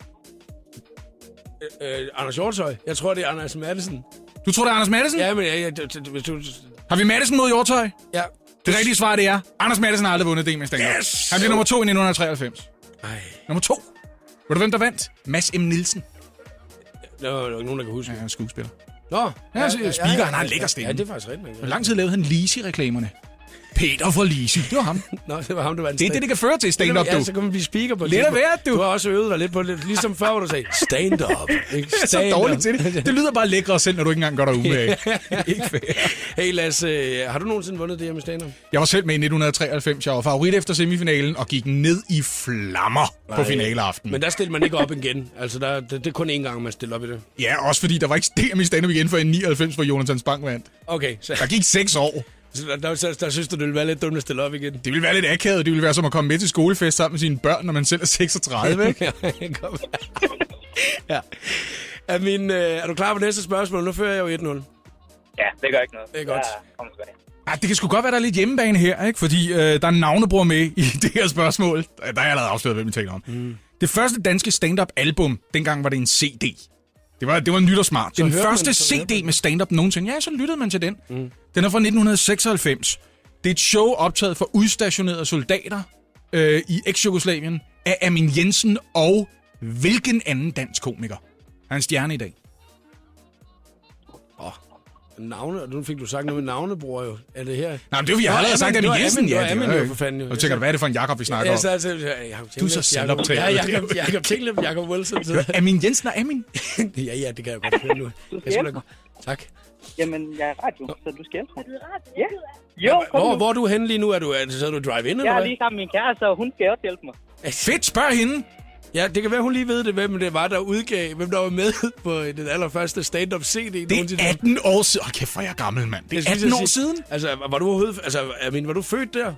Speaker 1: Anders Hjortøj? Jeg tror, det er Anders Matthesen.
Speaker 2: Du tror, det er Anders Matthesen?
Speaker 1: Ja, men hvis du...
Speaker 2: Har vi Matthesen mod Hjortøj?
Speaker 1: Ja.
Speaker 2: Det rigtige svar, det er, Anders Matthesen har aldrig vundet DM i stand-up.
Speaker 1: Yes!
Speaker 2: Han blev nummer 2 i 1993.
Speaker 1: Ej.
Speaker 2: Nummer 2. Ved du, hvem der vandt? Mads M. Nielsen.
Speaker 1: Der er nogen, der kan huske.
Speaker 2: Ja, han er skuespiller.
Speaker 1: Nå.
Speaker 2: Speaker, han har en lækker stemme.
Speaker 1: Ja, det er faktisk rigtigt.
Speaker 2: Hvor lang tid lavede han Lisi-reklamerne? Peter fra Lisi, det var ham.
Speaker 1: Nå, det var ham, der var en
Speaker 2: det er det kan føre til stand-up, du.
Speaker 1: Ja, så kan man blive speaker på det.
Speaker 2: Lidt af hvert, du.
Speaker 1: Du har også øvet dig lidt på det, ligesom før, hvor du sagde, stand-up.
Speaker 2: Jeg er så dårligt til det. Det lyder bare lækre selv, når du ikke engang gør dig umage. Ikke fair.
Speaker 1: Hey Lasse, har du nogensinde vundet det her med stand-up?
Speaker 2: Jeg var selv med i 1993. Jeg var favorit efter semifinalen og gik ned i flammer på finaleaften.
Speaker 1: Men der stiller man ikke op igen. Altså, det er kun én gang, man stiller op i det.
Speaker 2: Ja, også fordi der var ikke DM i stand-up igen før i 99, hvor Jonathan Spang vandt.
Speaker 1: Okay. Så...
Speaker 2: Der gik 6 år.
Speaker 1: Så der synes du, det ville være lidt dumt at stille op igen?
Speaker 2: Det ville være lidt akavet. Det ville være som at komme med til skolefest sammen med sine børn, når man selv er 36, ikke?
Speaker 1: Ja. Er du klar på næste spørgsmål? Nu fører jeg jo 1-0.
Speaker 9: Ja, det gør ikke noget.
Speaker 1: Det er godt.
Speaker 2: Ja, det kan sgu godt være, der er lidt hjemmebane her, ikke? Fordi der er en navnebror med i det her spørgsmål. Der er allerede afsløret, hvem vi taler om. Det første danske stand-up-album, dengang var det en CD. Det var nytårsmart. Den første CD med stand-up nogensinde. Ja, så lyttede man til den. Den er fra 1996. Det er et show optaget for udstationerede soldater i eks-Jugoslavien af Amin Jensen og hvilken anden dansk komiker? Han er en stjerne i dag.
Speaker 1: Navne, og nu fik du sagt noget med navnebror jo. Er det her?
Speaker 2: Nej, men det er jo, jeg har allerede sagt Amin Jensen.
Speaker 1: Ja, det er jo for fanden jo.
Speaker 2: Og tænker du, hvad er det for en Jakob, vi snakker om? Du er så selvoptaget.
Speaker 1: Ja, Jakob Tinglem, Jakob Wilson.
Speaker 2: Amin Jensen og Amin?
Speaker 1: Ja, det kan jeg godt høre nu. Tak.
Speaker 9: Jamen, jeg er radio, så du skal hjælpe mig.
Speaker 5: Er du i radio?
Speaker 9: Ja. Jo,
Speaker 1: hvor er du henne lige nu? Sidder du drive-in, eller
Speaker 9: jeg
Speaker 1: hvad?
Speaker 9: er lige sammen med min kæreste, og hun skal også hjælpe mig.
Speaker 2: Fedt, spørg hende.
Speaker 1: Ja, det kan være, hun lige ved det, hvem det var, der udgav, hvem der var med på den allerførste stand-up CD.
Speaker 2: Det er 18 år siden. Åh, kæft, hvor er jeg gammel, mand. Det er 18 år siden?
Speaker 1: Altså, var du overhovedet... Altså, Amin, var du født der?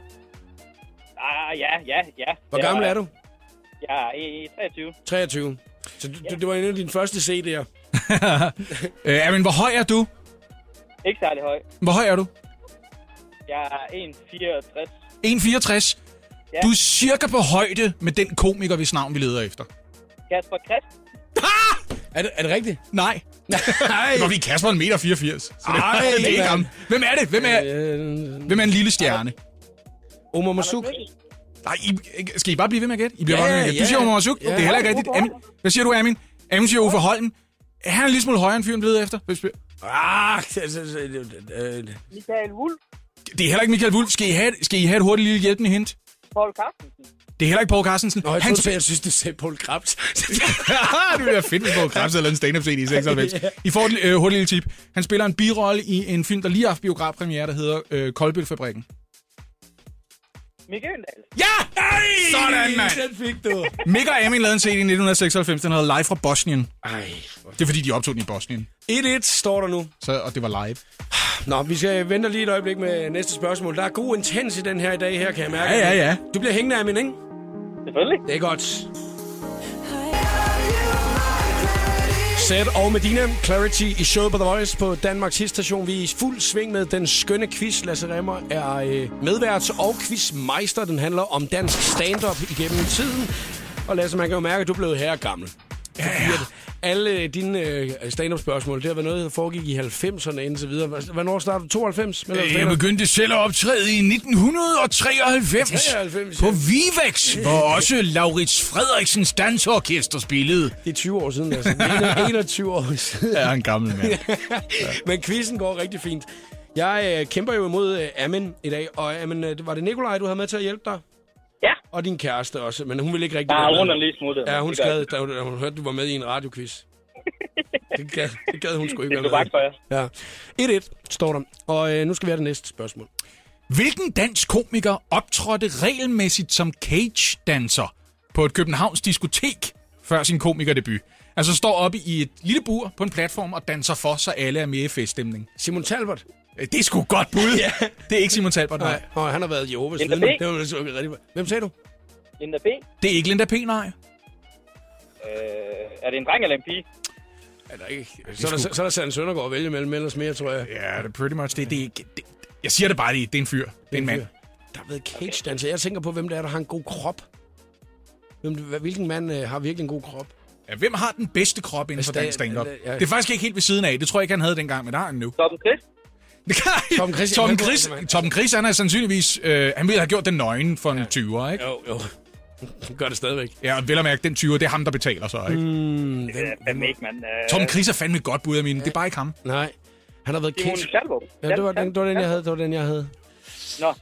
Speaker 9: Ja.
Speaker 1: Hvor gammel er du?
Speaker 9: Jeg er 23.
Speaker 1: 23. Så det var en af dine første CD'er.
Speaker 2: Amin, hvor høj er du?
Speaker 9: Ikke særlig høj.
Speaker 2: Hvor høj er du?
Speaker 9: Jeg er 1,64.
Speaker 2: 1,64. Ja. Du er cirka på højde med den komiker, hvis navn vi leder efter.
Speaker 9: Kasper Christ.
Speaker 1: Er det rigtigt?
Speaker 2: Nej. Hvor vi Kasper 1,84 meter. Så det er ikke ham. Hvem er det? Hvem er en lille stjerne?
Speaker 1: Omar Masuk.
Speaker 2: Nej, skal I bare blive ved med at gætte? I bliver bare ved med at gætte. Du siger Omar Masuk. Det er heller ikke rigtigt. Amin. Hvad siger du, Amin? Amin siger Uffe Holm. Er han en lille smule højere end fyren blevet efter?
Speaker 9: Michael Wulff.
Speaker 2: Det er heller ikke Michael Wulff. Skal I have et hurtigt lille hjælpende hint?
Speaker 9: Paul Carstensen.
Speaker 2: Det er heller ikke Paul Carstensen.
Speaker 1: Nå, jeg synes, du sagde Paul Krebs.
Speaker 2: Det ville være fedt, hvis Paul Krebs eller en stand-up CD i 96. I får et hurtigt lille tip. Han spiller en birolle i en film, der lige har haft biografpremiere, der hedder Koldbølfabrikken.
Speaker 9: Mikke Øndal.
Speaker 2: Ja! Sådan, mand!
Speaker 1: Den fik du.
Speaker 2: Mikke og Amin lavede en CD i 1996, den hedder Live fra Bosnien.
Speaker 1: Ej.
Speaker 2: Det er fordi, de optog den i Bosnien.
Speaker 1: 1-1 står der nu.
Speaker 2: Og det var live.
Speaker 1: Nå, vi skal vente lige et øjeblik med næste spørgsmål. Der er god intens i den her i dag, her kan jeg mærke.
Speaker 2: Ja.
Speaker 1: Du bliver hængende af min, ikke?
Speaker 9: Selvfølgelig.
Speaker 1: Det er godt. Sæt og Medina, Clarity i showet på The Voice på Danmarks hitstation. Vi er i fuld sving med den skønne quiz. Lasse Remmer er medvært og quizmeister. Den handler om dansk stand-up igennem tiden. Og Lasse, man kan jo mærke, at du er blevet herregammel. Ja. Alle dine stand-up-spørgsmål, det har været noget, der foregik i 90'erne indtil videre. Hvornår startede du? 92?
Speaker 2: Jeg begyndte selv at optræde i 1993 på Vivex, hvor også Laurits Frederiksens dansorkester spillede.
Speaker 1: Det er 20 år siden, altså. 21 år siden.
Speaker 2: Jeg er en gammel mand.
Speaker 1: Men quizzen går rigtig fint. Jeg kæmper jo imod Amin i dag, og Amin, var det Nikolaj, du havde med til at hjælpe dig?
Speaker 9: Ja.
Speaker 1: Og din kæreste også, men hun ville ikke rigtig...
Speaker 9: Ja, hun er lige smuttet.
Speaker 1: Ja, hun skrev, da hun hørte, du var med i en radioquiz. Det gad hun sgu ikke
Speaker 9: være med. Det er for jer.
Speaker 1: Ja. 1-1 står der, og nu skal vi have det næste spørgsmål.
Speaker 2: Hvilken dansk komiker optrådte regelmæssigt som cage-danser på et Københavns diskotek før sin komikerdebut? Altså står oppe i et lille bur på en platform og danser for, så alle er med i feststemning.
Speaker 1: Simon Talbot.
Speaker 2: Det er sgu godt bud. Ja. Det er ikke Simon Talbot, nej.
Speaker 1: Han har været Jehovas
Speaker 9: Linda
Speaker 1: vidne. Det var så rigtig. Hvem sagde du?
Speaker 9: Linda P.
Speaker 2: Det er ikke Linda P, nej.
Speaker 9: Er det en dreng eller en pige?
Speaker 1: Er der ikke? Så er der Sand Søndergaard at vælge mellem ellers mere, tror jeg.
Speaker 2: Ja, det er pretty much det. Jeg siger det bare, det er en fyr. Det er en mand.
Speaker 1: Der har været cage-danser. Jeg tænker på, hvem der har en god krop. Hvilken mand har virkelig en god krop?
Speaker 2: Ja, hvem har den bedste krop inden for dansk stand-up? Det er faktisk ikke helt ved siden af. Det tror jeg ikke, han havde dengang, men der har han nu. Torben Chris, han er sandsynligvis... han ville have gjort den nøgen for en 20'er, ikke?
Speaker 1: Jo. Gør det stadigvæk.
Speaker 2: Ja, og vel at mærke, den 20'er, det er ham, der betaler så, ikke?
Speaker 9: Hvem ikke, man?
Speaker 2: Torben Chris er fandme et godt bud af mine. Det er bare ikke ham.
Speaker 1: Nej. Han har været
Speaker 9: Simon Talbot.
Speaker 1: Ja, det var den, jeg havde.
Speaker 9: Nå.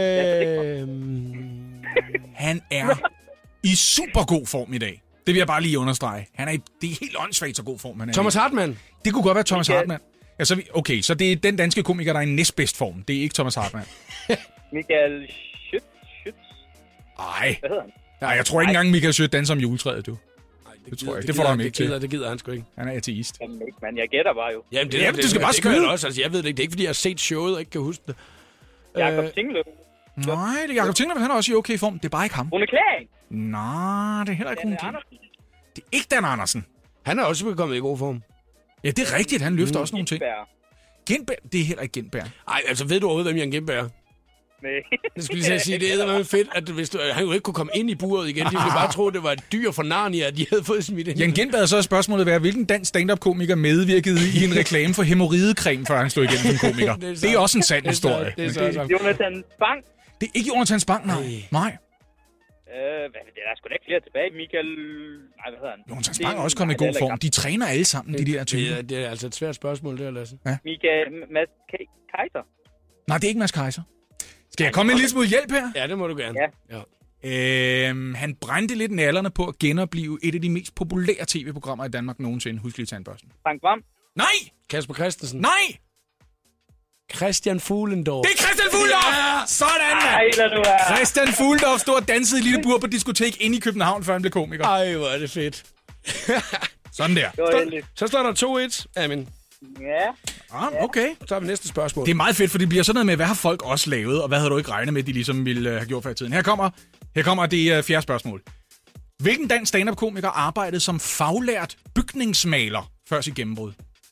Speaker 2: Han er i super god form i dag. Det vil jeg bare lige understrege. Det er helt åndssvagt så god form, han er.
Speaker 1: Thomas Hartmann.
Speaker 2: Det kunne godt være Thomas Hartmann. Ja, så det er den danske komiker, der er i næstbedst form. Det er ikke Thomas Hartmann.
Speaker 9: Michael Schütz.
Speaker 2: Ej.
Speaker 9: Hvad hedder han?
Speaker 2: Nej, jeg tror ikke engang, Michael Schütz danser om juletræet, du. Nej, det tror jeg. Det får du ham ikke til.
Speaker 1: Det gider han sgu ikke.
Speaker 2: Han er ateist.
Speaker 9: Jamen ikke, man. Jeg gætter bare jo.
Speaker 2: Jamen, du skal bare skyde.
Speaker 1: Også. Altså, jeg ved det ikke. Det er ikke, fordi jeg har set showet og ikke kan huske det.
Speaker 9: Jakob Tingløb.
Speaker 2: Nej, det er Jakob Tingløb. Han er også i okay form. Det er bare ikke ham.
Speaker 9: Rune Klæring.
Speaker 2: Nej, det er heller ikke Rune Klæring. Det er ikke Dan Andersen.
Speaker 1: Han er også kommet i god form.
Speaker 2: Ja, det er rigtigt. Han løfter også nogle ting. Gindberg. Det er heller ikke Gindberg.
Speaker 1: Ej, altså ved du overhovedet, hvem Jan Gindberg er? Jeg skulle lige sige, det er fedt, at hvis han jo ikke kunne komme ind i buret igen. De ville bare tro, det var et dyr for Narnia, at de havde fået smidt ind.
Speaker 2: Jan Gindberg, så er spørgsmålet være, hvilken dansk stand-up-komiker medvirkede i en reklame for hæmorridecreme, før han slog igennem som komiker? Det er også en sand historie.
Speaker 9: Jonathan Spang.
Speaker 2: Det er ikke Jonathan Spang, nej.
Speaker 9: Det er sgu da ikke flere tilbage. Michael... Nej, hvad hedder han?
Speaker 2: Jonathan Spang er også kommet i god form. De træner alle sammen, de der typer.
Speaker 1: Det er altså et svært spørgsmål, det her, Lasse.
Speaker 2: Ja.
Speaker 9: Mads Kaiser.
Speaker 2: Nej, det er ikke Mads Kaiser. Skal jeg komme med en lille smule hjælp her?
Speaker 1: Ja, det må du gerne.
Speaker 9: Ja.
Speaker 2: Han brændte lidt nallerne på at genopleve et af de mest populære tv-programmer i Danmark nogensinde. Husk lige tandbørsten.
Speaker 9: Frank Hvam.
Speaker 2: Nej!
Speaker 1: Kasper Christensen.
Speaker 2: Nej!
Speaker 1: Christian Fuglendorf.
Speaker 2: Det er Christian Fuglendorf! Ja! Sådan, mand! Christian Fuglendorf stod og dansede i lille bur på diskotek inde i København, før han blev komiker.
Speaker 1: Ej, hvor er det fedt.
Speaker 2: Sådan der.
Speaker 1: Så står der 2-1. Amen.
Speaker 9: Ja.
Speaker 1: Okay. Så har vi næste spørgsmål.
Speaker 2: Det er meget fedt, for det bliver sådan noget med, hvad har folk også lavet, og hvad havde du ikke regnet med, de ligesom ville have gjort før i tiden. Her kommer det fjerde spørgsmål. Hvilken dansk stand-up-komiker arbejdede som faglært bygningsmaler før sit gennembrud?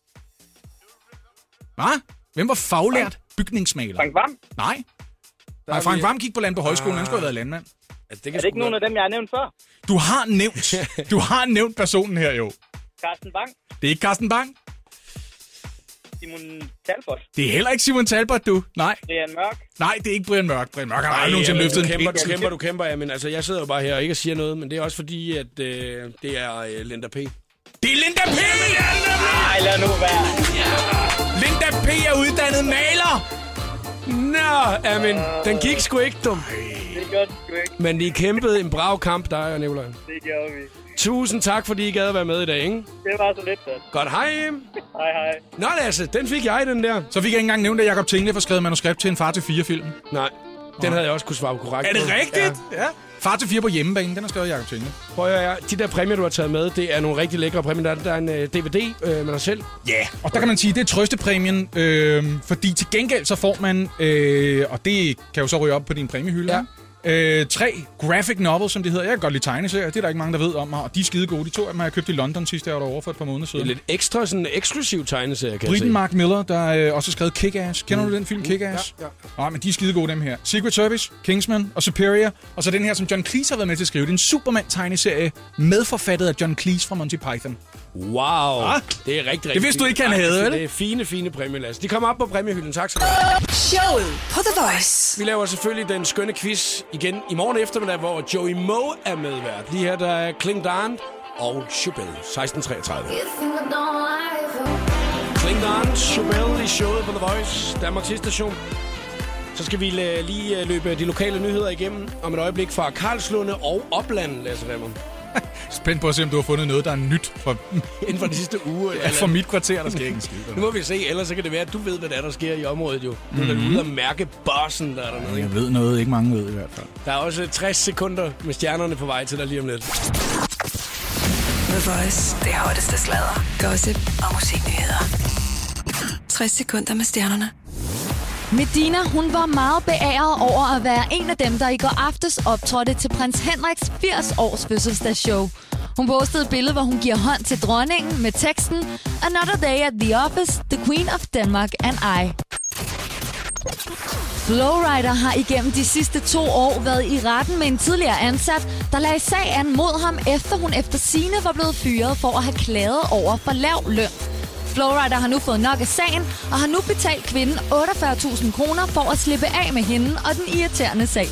Speaker 2: Hvad? Hvem var faglært bygningsmaler?
Speaker 9: Frank Hvam.
Speaker 2: Nej. Frank Hvam gik på land på højskolen, han skulle have været landmand.
Speaker 9: Er det ikke nogen af dem, jeg har nævnt før?
Speaker 2: Du har nævnt personen her, jo.
Speaker 9: Carsten Bang.
Speaker 2: Det er ikke Carsten Bang.
Speaker 9: Simon Talbot.
Speaker 2: Det er heller ikke Simon Talbot, du. Nej.
Speaker 9: Brian Mørk.
Speaker 2: Nej, det er ikke Brian Mørk. Brian Mørk har aldrig nogensinde løftet en pind.
Speaker 1: Du kæmper. Ja, men altså, jeg sidder jo bare her og ikke siger noget, men det er også fordi, at det er Linda P.
Speaker 2: Det er Linda P!
Speaker 9: Nej, lad nu være.
Speaker 2: Linda P. er uddannet maler!
Speaker 1: Nå, men den gik sgu ikke, dum.
Speaker 9: Det gør den sgu ikke.
Speaker 1: Men I kæmpede en brav kamp, der og Nicolaj.
Speaker 9: Det gjorde vi.
Speaker 1: Tusind tak, fordi I gad at være med i dag, ikke?
Speaker 9: Det var så lidt, så.
Speaker 1: Godt, hej.
Speaker 9: Hej.
Speaker 1: Nå, Lasse, den fik jeg, den der.
Speaker 2: Så fik jeg ikke engang nævnt, at Jacob Tingle får skrevet manuskript til en Far til 4-film.
Speaker 1: Nej, den havde jeg også kunne svare korrekt.
Speaker 2: Er det rigtigt? Ja. Far til 4 på hjemmebane, den har skrevet Jacob Tingle.
Speaker 1: Prøv at høre, de der præmier, du har taget med, det er nogle rigtig lækre præmier. Der er en DVD med dig selv.
Speaker 2: Ja, og der kan man sige, det er trøstepræmien, fordi til gengæld så får man, og det kan jo så ryge op på din præmiehylde, ja. 3 graphic novels, som det hedder. Jeg kan godt lide tegneserier. Det er der ikke mange, der ved om. Og de er skide gode. De 2 af dem har jeg købt i London sidste år derovre for et par måneder siden.
Speaker 1: Det er lidt ekstra, sådan en eksklusiv tegneserie, kan
Speaker 2: Briten Mark Miller, der også har skrevet Kick-Ass. Kender du den film, Kick-Ass? Ja. Nej, men de er skide gode, dem her. Secret Service, Kingsman og Superior. Og så den her, som John Cleese har været med til at skrive. Det er en Superman-tegneserie medforfattet af John Cleese fra Monty Python.
Speaker 1: Wow, det er rigtig
Speaker 2: det vidste du ikke, han havde,
Speaker 1: det er fine præmier, Lasse. De kommer op på præmiehylden. Tak skal du have.
Speaker 3: Showet på The Voice.
Speaker 1: Vi laver selvfølgelig den skønne quiz igen i morgen eftermiddag, hvor Joey Moe er medvært. Lige her, der er Kling Dan og Chubel, 16:33. Kling Dan, Chubel i showet på The Voice, Danmarks station. Så skal vi lige løbe de lokale nyheder igennem om et øjeblik fra Karlslunde og Opland, Lasse Remmer.
Speaker 2: Spændt på at se, om du har fundet noget, der er nyt
Speaker 1: inden for de sidste uge.
Speaker 2: Ja, for mit kvarter, der sker ikke en skid.
Speaker 1: Nu må vi se, ellers så kan det være, at du ved, hvad der sker i området jo. Du er ude og mærke bossen, der er dernede.
Speaker 2: Jeg ved noget, ikke mange ved i hvert fald.
Speaker 1: Der er også 60 sekunder med stjernerne på vej til dig lige om lidt.
Speaker 3: The Voice, det hotteste sladder, gossip og musiknyheder. 60 sekunder med stjernerne.
Speaker 6: Medina, hun var meget beæret over at være en af dem, der i går aftes optrådte til prins Henriks 80-års fødselsdagsshow. Hun postede et billede, hvor hun giver hånd til dronningen med teksten Another day at the office, the Queen of Denmark and I. Flowrider har igennem de sidste 2 år været i retten med en tidligere ansat, der lagde sag an mod ham, efter hun efter sigende var blevet fyret for at have klaget over for lav løn. Flowrider har nu fået nok af sagen, og har nu betalt kvinden 48.000 kroner for at slippe af med hende og den irriterende sag.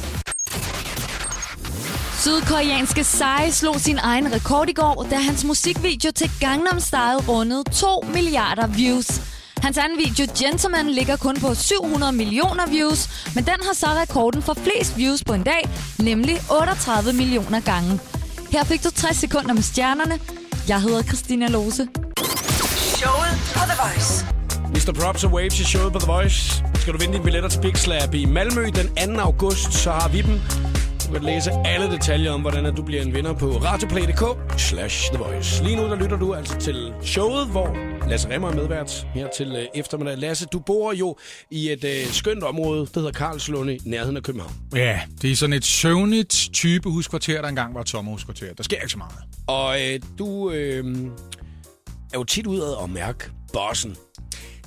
Speaker 6: Sydkoreanske Psy slog sin egen rekord i går, da hans musikvideo til Gangnam Style rundede 2 milliarder views. Hans anden video, Gentleman, ligger kun på 700 millioner views, men den har så rekorden for flest views på en dag, nemlig 38 millioner gange. Her fik du 60 sekunder med stjernerne. Jeg hedder Christina Lose.
Speaker 3: Showet på The Voice.
Speaker 1: Mr. Props og Waves i showet på The Voice. Skal du vinde dine billetter til Big Slap i Malmø den 2. august, så har vi dem. Du kan læse alle detaljer om, hvordan du bliver en vinder på radioplay.dk/The Voice. Lige nu der lytter du altså til showet, hvor Lasse Remmer er medvært her til eftermiddag. Lasse, du bor jo i et skønt område, der hedder Karlslunde, i nærheden af København.
Speaker 2: Ja, det er sådan et søvnigt type huskvarter, der engang var et sommerhuskvarter. Der sker ikke så meget.
Speaker 1: Og du er jo tit ude og mærke bossen.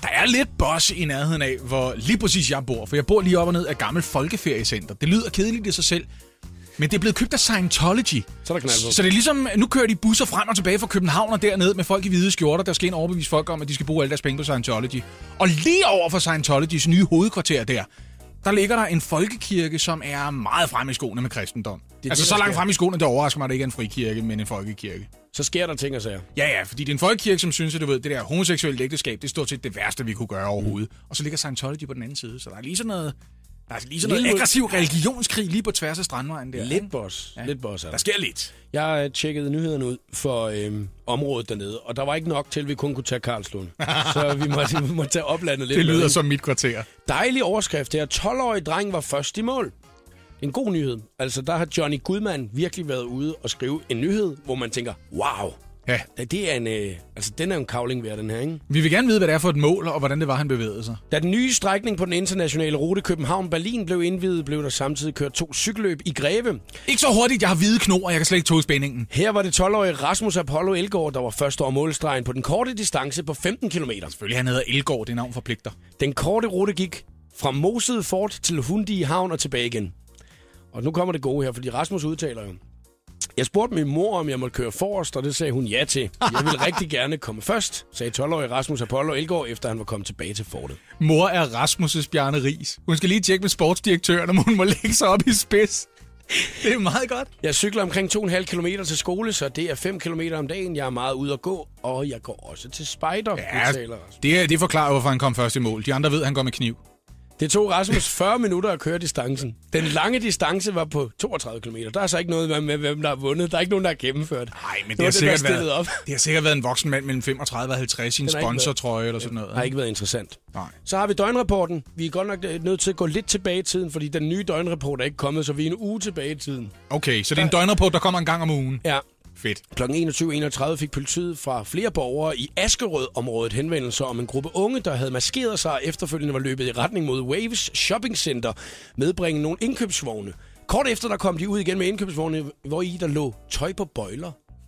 Speaker 2: Der er lidt boss i nærheden af, hvor lige præcis jeg bor. For jeg bor lige op og ned af gammel folkeferiecenter. Det lyder kedeligt i sig selv. Men det er blevet købt af Scientology.
Speaker 1: Så
Speaker 2: det er ligesom, nu kører de busser frem og tilbage fra København og derned med folk i hvide skjorter, der skal ind overbevise folk om, at de skal bruge alle deres penge på Scientology. Og lige over for Scientologys nye hovedkvarter der ligger der en folkekirke, som er meget fremme i skoene med kristendom. Så langt fremme i skoene, det overrasker mig, at det ikke er en frikirke, men en folkekirke.
Speaker 1: Så sker der ting og sager.
Speaker 2: Ja, fordi det er en folkekirke, som synes, at det der homoseksuelle ægteskab, det er stort set det værste, vi kunne gøre overhovedet. Og så ligger Scientology på den anden side, så der er lige sådan noget... Der er lige sådan noget aggressiv religionskrig lige på tværs af Strandvejen der.
Speaker 1: Lidt boss. Ja. Lidt boss.
Speaker 2: Der sker lidt.
Speaker 1: Jeg tjekkede nyhederne ud for området dernede, og der var ikke nok til, at vi kun kunne tage Karlslund. Så vi måtte tage oplandet lidt.
Speaker 2: Det lyder som mit kvarter.
Speaker 1: Dejlig overskrift her. 12-årig dreng var først i mål. En god nyhed. Altså, der har Johnny Gudman virkelig været ude og skrive en nyhed, hvor man tænker, wow.
Speaker 2: Ja.
Speaker 1: Det er den er jo en kavling værd, den her, ikke?
Speaker 2: Vi vil gerne vide, hvad det er for et mål, og hvordan det var, han bevægede sig.
Speaker 1: Da den nye strækning på den internationale rute København-Berlin blev indviet, blev der samtidig kørt 2 cykelløb i Greve.
Speaker 2: Ikke så hurtigt, jeg har hvide knor, og jeg kan slet ikke tåle spændingen.
Speaker 1: Her var det 12-årige Rasmus Apollo Elgård, der var først over målstregen på den korte distance på 15 km.
Speaker 2: Selvfølgelig, han hedder Elgård, det navn forpligter.
Speaker 1: Den korte rute gik fra Mosede Fort til Hundi Havn og tilbage igen. Og nu kommer det gode her, fordi Rasmus udtaler jo. Jeg spurgte min mor, om jeg måtte køre forrest, og det sagde hun ja til. Jeg ville rigtig gerne komme først, sagde 12-årige Rasmus Apollo Elgård, efter han var kommet tilbage til fortet.
Speaker 2: Mor er Rasmus' Bjarne Riis. Hun skal lige tjekke med sportsdirektøren, om hun må lægge sig op i spids. Det er meget godt.
Speaker 1: Jeg cykler omkring 2,5 kilometer til skole, så det er 5 kilometer om dagen. Jeg er meget ude at gå, og jeg går også til spejder.
Speaker 2: Ja, det forklarer, hvorfor han kom først i mål. De andre ved, at han går med kniv.
Speaker 1: Det tog Rasmus 40 minutter at køre distancen. Den lange distance var på 32 km. Der er så ikke noget med, hvem der har vundet. Der er ikke nogen, der har gennemført.
Speaker 2: Nej, men det har sikkert været en voksen mand mellem 35 og 50 i en sponsortrøje eller sådan noget.
Speaker 1: Det har ikke været interessant.
Speaker 2: Nej.
Speaker 1: Så har vi døgnrapporten. Vi er godt nok nødt til at gå lidt tilbage i tiden, fordi den nye døgnrapport er ikke kommet, så vi er en uge tilbage i tiden.
Speaker 2: Okay, så det er en døgnrapport, der kommer en gang om ugen?
Speaker 1: Ja.
Speaker 2: Fedt.
Speaker 1: Kl. 21.31 fik politiet fra flere borgere i Askerød-området henvendelser om en gruppe unge, der havde maskeret sig og efterfølgende var løbet i retning mod Waves Shopping Center, medbringe nogle indkøbsvogne. Kort efter der kom de ud igen med indkøbsvogne, hvor i der lå tøj på bøjler.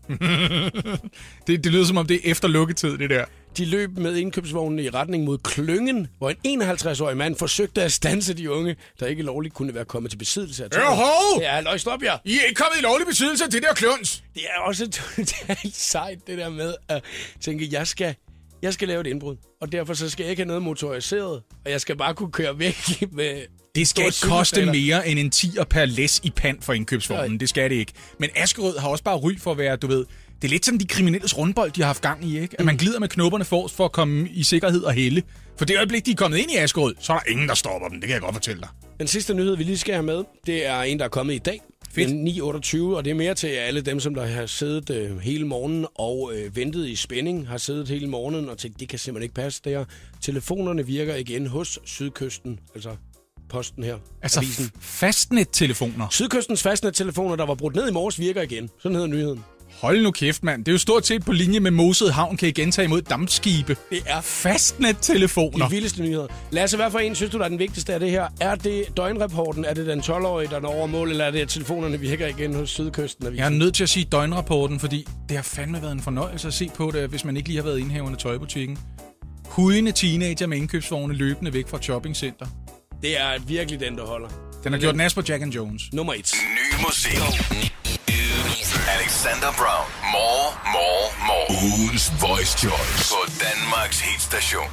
Speaker 2: det lyder som om det er efter lukketid, det der.
Speaker 1: De løb med indkøbsvognene i retning mod Klyngen, hvor en 51-årig mand forsøgte at standse de unge, der ikke lovligt kunne være kommet til besiddelse af tøj. Ja, løg, stop jer!
Speaker 2: I er ikke kommet i lovlig besiddelse af det der kluns!
Speaker 1: Det er også totalt sejt, det der med at tænke, jeg skal lave et indbrud, og derfor så skal jeg ikke have noget motoriseret, og jeg skal bare kunne køre væk med...
Speaker 2: Det skal ikke koste mere end en 10'er per læs i pant for indkøbsvognen. Det skal det ikke. Men Askerød har også bare ry for at være, du ved... Det er lidt sådan de kriminelles rundbold, de har haft gang i, ikke? At man glider med knopperne forrest for at komme i sikkerhed og hælde. For det øjeblik, de er kommet ind i Askerød, så er der ingen, der stopper dem. Det kan jeg godt fortælle dig.
Speaker 1: Den sidste nyhed, vi lige skal have med, det er en, der er kommet i dag. Fedt. 9.28, og det er mere til alle dem, som der har siddet hele morgenen og ventet i spænding, har siddet hele morgenen og tænkt, det kan simpelthen ikke passe der. Telefonerne virker igen hos Sydkysten, altså posten her.
Speaker 2: Altså fastnettelefoner?
Speaker 1: Sydkystens fastnettelefoner, der var brudt ned i morges, virker igen. Sådan hedder nyheden.
Speaker 2: Hold nu kæft, mand. Det er jo stort set på linje med Mosede Havn, kan I gentage imod dampskibe.
Speaker 1: Det er
Speaker 2: fastnettelefoner.
Speaker 1: De vildeste nyheder. Lasse, hvad for en synes du, der er den vigtigste af det her? Er det døgnrapporten? Er det den 12-årige, der når over mål? Eller er det, at telefonerne virker igen hos Sydkysten?
Speaker 2: Jeg er nødt til at sige døgnrapporten, fordi det har fandme været en fornøjelse at se på det, hvis man ikke lige har været indhævende tøjbutikken. Hudende teenager med indkøbsvogne løbende væk fra shoppingcenter.
Speaker 1: Det er virkelig den, der holder.
Speaker 2: Den har gjort nas på Jack and Jones.
Speaker 1: Nummer 1.
Speaker 4: Ny musik. Alexander Brown. More. Ugens Voice Choice på Danmarks hitstation.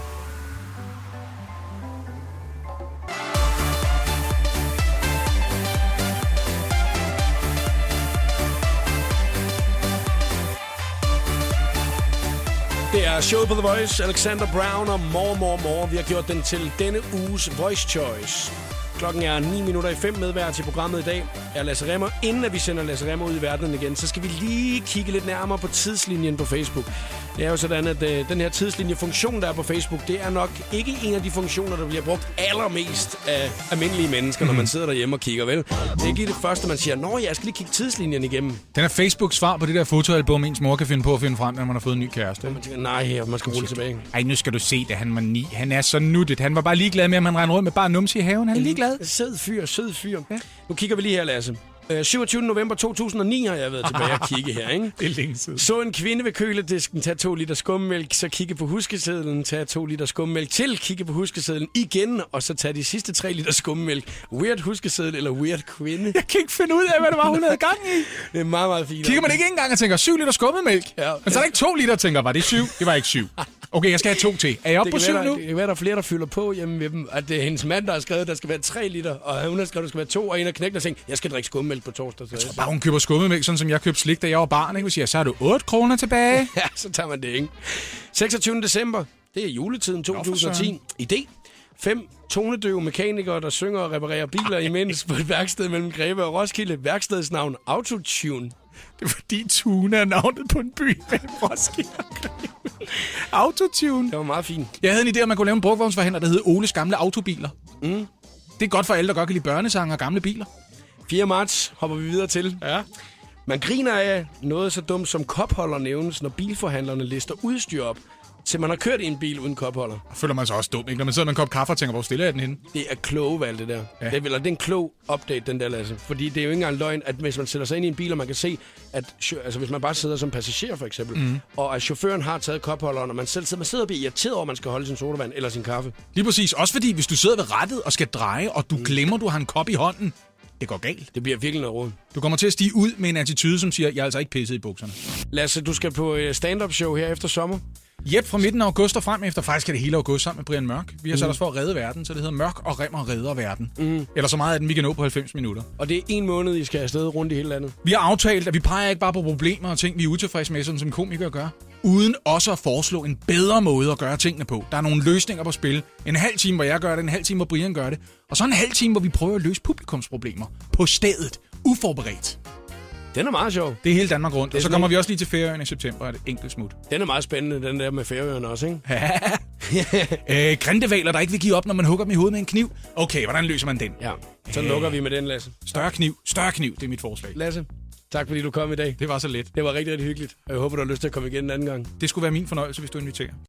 Speaker 1: Det er showet på The Voice, Alexander Brown og More. Vi har gjort den til denne uges Voice Choice. Klokken er 5:09 medvært til programmet i dag er Lasse Remmer. Inden at vi sender Lasse Remmer ud i verdenen igen, så skal vi lige kigge lidt nærmere på tidslinjen på Facebook. Det er jo sådan, at den her tidslinjefunktion, der er på Facebook, det er nok ikke en af de funktioner, der bliver brugt allermest af almindelige mennesker, når man sidder derhjemme og kigger, vel? Det er ikke det første, man siger, nå, jeg skal lige kigge tidslinjen igennem.
Speaker 2: Den er Facebooks svar på det der fotoalbum, ens mor kan finde på at finde frem, når man har fået en ny kæreste.
Speaker 1: Man tænker, nej, man skal rulle tilbage.
Speaker 2: Ej, nu skal du se det, han var 9. Han er så nuttet. Han var bare ligeglad med, at man render rundt med bare numse i haven. Han er ligeglad.
Speaker 1: Sød fyr. Ja. Nu kigger vi lige her, Lasse. 27. november 2009 har jeg været tilbage og kigge her, ikke?
Speaker 2: Det er længe siden.
Speaker 1: Så en kvinde ved køledisken tage 2 liter skummælk, så kigge på huskesedlen, tage 2 liter skummælk til, kigge på huskesedlen igen, og så tage de sidste 3 liter skummælk. Weird huskeseddel eller weird kvinde?
Speaker 2: Jeg kan ikke finde ud af, hvad det var, hun havde gang i.
Speaker 1: Det er meget, meget fint.
Speaker 2: Kigger man ikke engang og tænker, 7 liter skummemælk?
Speaker 1: Ja.
Speaker 2: Men så er der ikke 2 liter og tænker, var det 7? Det var ikke 7. Okay, jeg skal have 2 til. Er jeg oppe på 7 nu?
Speaker 1: Det kan være, der er flere, der fylder på hjemme med dem. At det er hendes mand, der har skrevet, at der skal være 3 liter, og hun har skrevet, at der skal være 2, og en af knægten har tænkt, jeg skal drikke skummælk på torsdag.
Speaker 2: Jeg tror bare, hun køber skummemælk, sådan som jeg købte slik, da jeg var barn. Ikke? Så har du 8 kroner tilbage.
Speaker 1: Ja, så tager man det, ikke? 26. december, det er juletiden 2010. Idé. 5 tonedøve mekanikere, der synger og reparerer biler imens på et værksted mellem Greve og Roskilde. Værkstedsnavn Autotune.
Speaker 2: Det er fordi Tune er navnet på en by mellem Roskilde og Greve. Autotune.
Speaker 1: Det var meget fint.
Speaker 2: Jeg havde en idé, at man kunne lave en brugvognsforhandler, der hed Oles Gamle Autobiler. Det er godt for alle, der godt kan lide børnesange og gamle biler.
Speaker 1: 4. marts hopper vi videre til.
Speaker 2: Ja.
Speaker 1: Man griner af noget så dumt som kopholder nævnes, når bilforhandlerne lister udstyr op, til man har kørt i en bil uden kopholder.
Speaker 2: Føler man sig også dum, ikke? Når man sidder med en kop kaffe og tænker, hvor stiller jeg den henne?
Speaker 1: Det er kloge valg, det der. Ja. Det er en klog update, den der, Lasse. Fordi det er jo ikke engang løgn, at hvis man sætter sig ind i en bil, og man kan se, at altså, hvis man bare sidder som passager for eksempel, og at chaufføren har taget kopholderen, og man sidder og bliver irriteret over, at man skal holde sin sodavand eller sin kaffe.
Speaker 2: Lige præcis. Også fordi, hvis du sidder ved rattet og skal dreje, og du glemmer, du har en kop i hånden, det går galt.
Speaker 1: Det bliver virkelig noget råd.
Speaker 2: Du kommer til at stige ud med en attitude, som siger, jeg er altså ikke pisset i bukserne.
Speaker 1: Lasse, du skal på stand-up show her efter sommer.
Speaker 2: Jep, fra midten af august og frem efter. Faktisk er det hele august sammen med Brian Mørk. Vi har sat os for at redde verden, så det hedder Mørk og Remmer redder verden. Eller så meget af den, vi kan nå på 90 minutter.
Speaker 1: Og det er 1 måned, I skal afsted rundt i hele landet.
Speaker 2: Vi har aftalt, at vi peger ikke bare på problemer og ting, vi er utilfredse med, sådan som komikere gør. Uden også at foreslå en bedre måde at gøre tingene på. Der er nogle løsninger på spil. En halv time, hvor jeg gør det, en halv time, hvor Brian gør det. Og så en halv time, hvor vi prøver at løse publikumsproblemer. På stedet. Uforberedt.
Speaker 1: Den er meget sjov.
Speaker 2: Det er hele Danmark rundt. Og så kommer vi også lige til Færøerne i september, et enkelt smut.
Speaker 1: Den er meget spændende, den der med Færøerne også, ikke?
Speaker 2: Grindevaler, der ikke vil give op, når man hugger dem i hovedet med en kniv. Okay, hvordan løser man den?
Speaker 1: Ja, så lukker vi med den, Lasse.
Speaker 2: Større kniv, det er mit forslag.
Speaker 1: Lasse, tak fordi du kom i dag.
Speaker 2: Det var så let.
Speaker 1: Det var rigtig, rigtig hyggeligt, og jeg håber, du har lyst til at komme igen en anden gang.
Speaker 2: Det skulle være min fornøjelse, hvis du inviterer.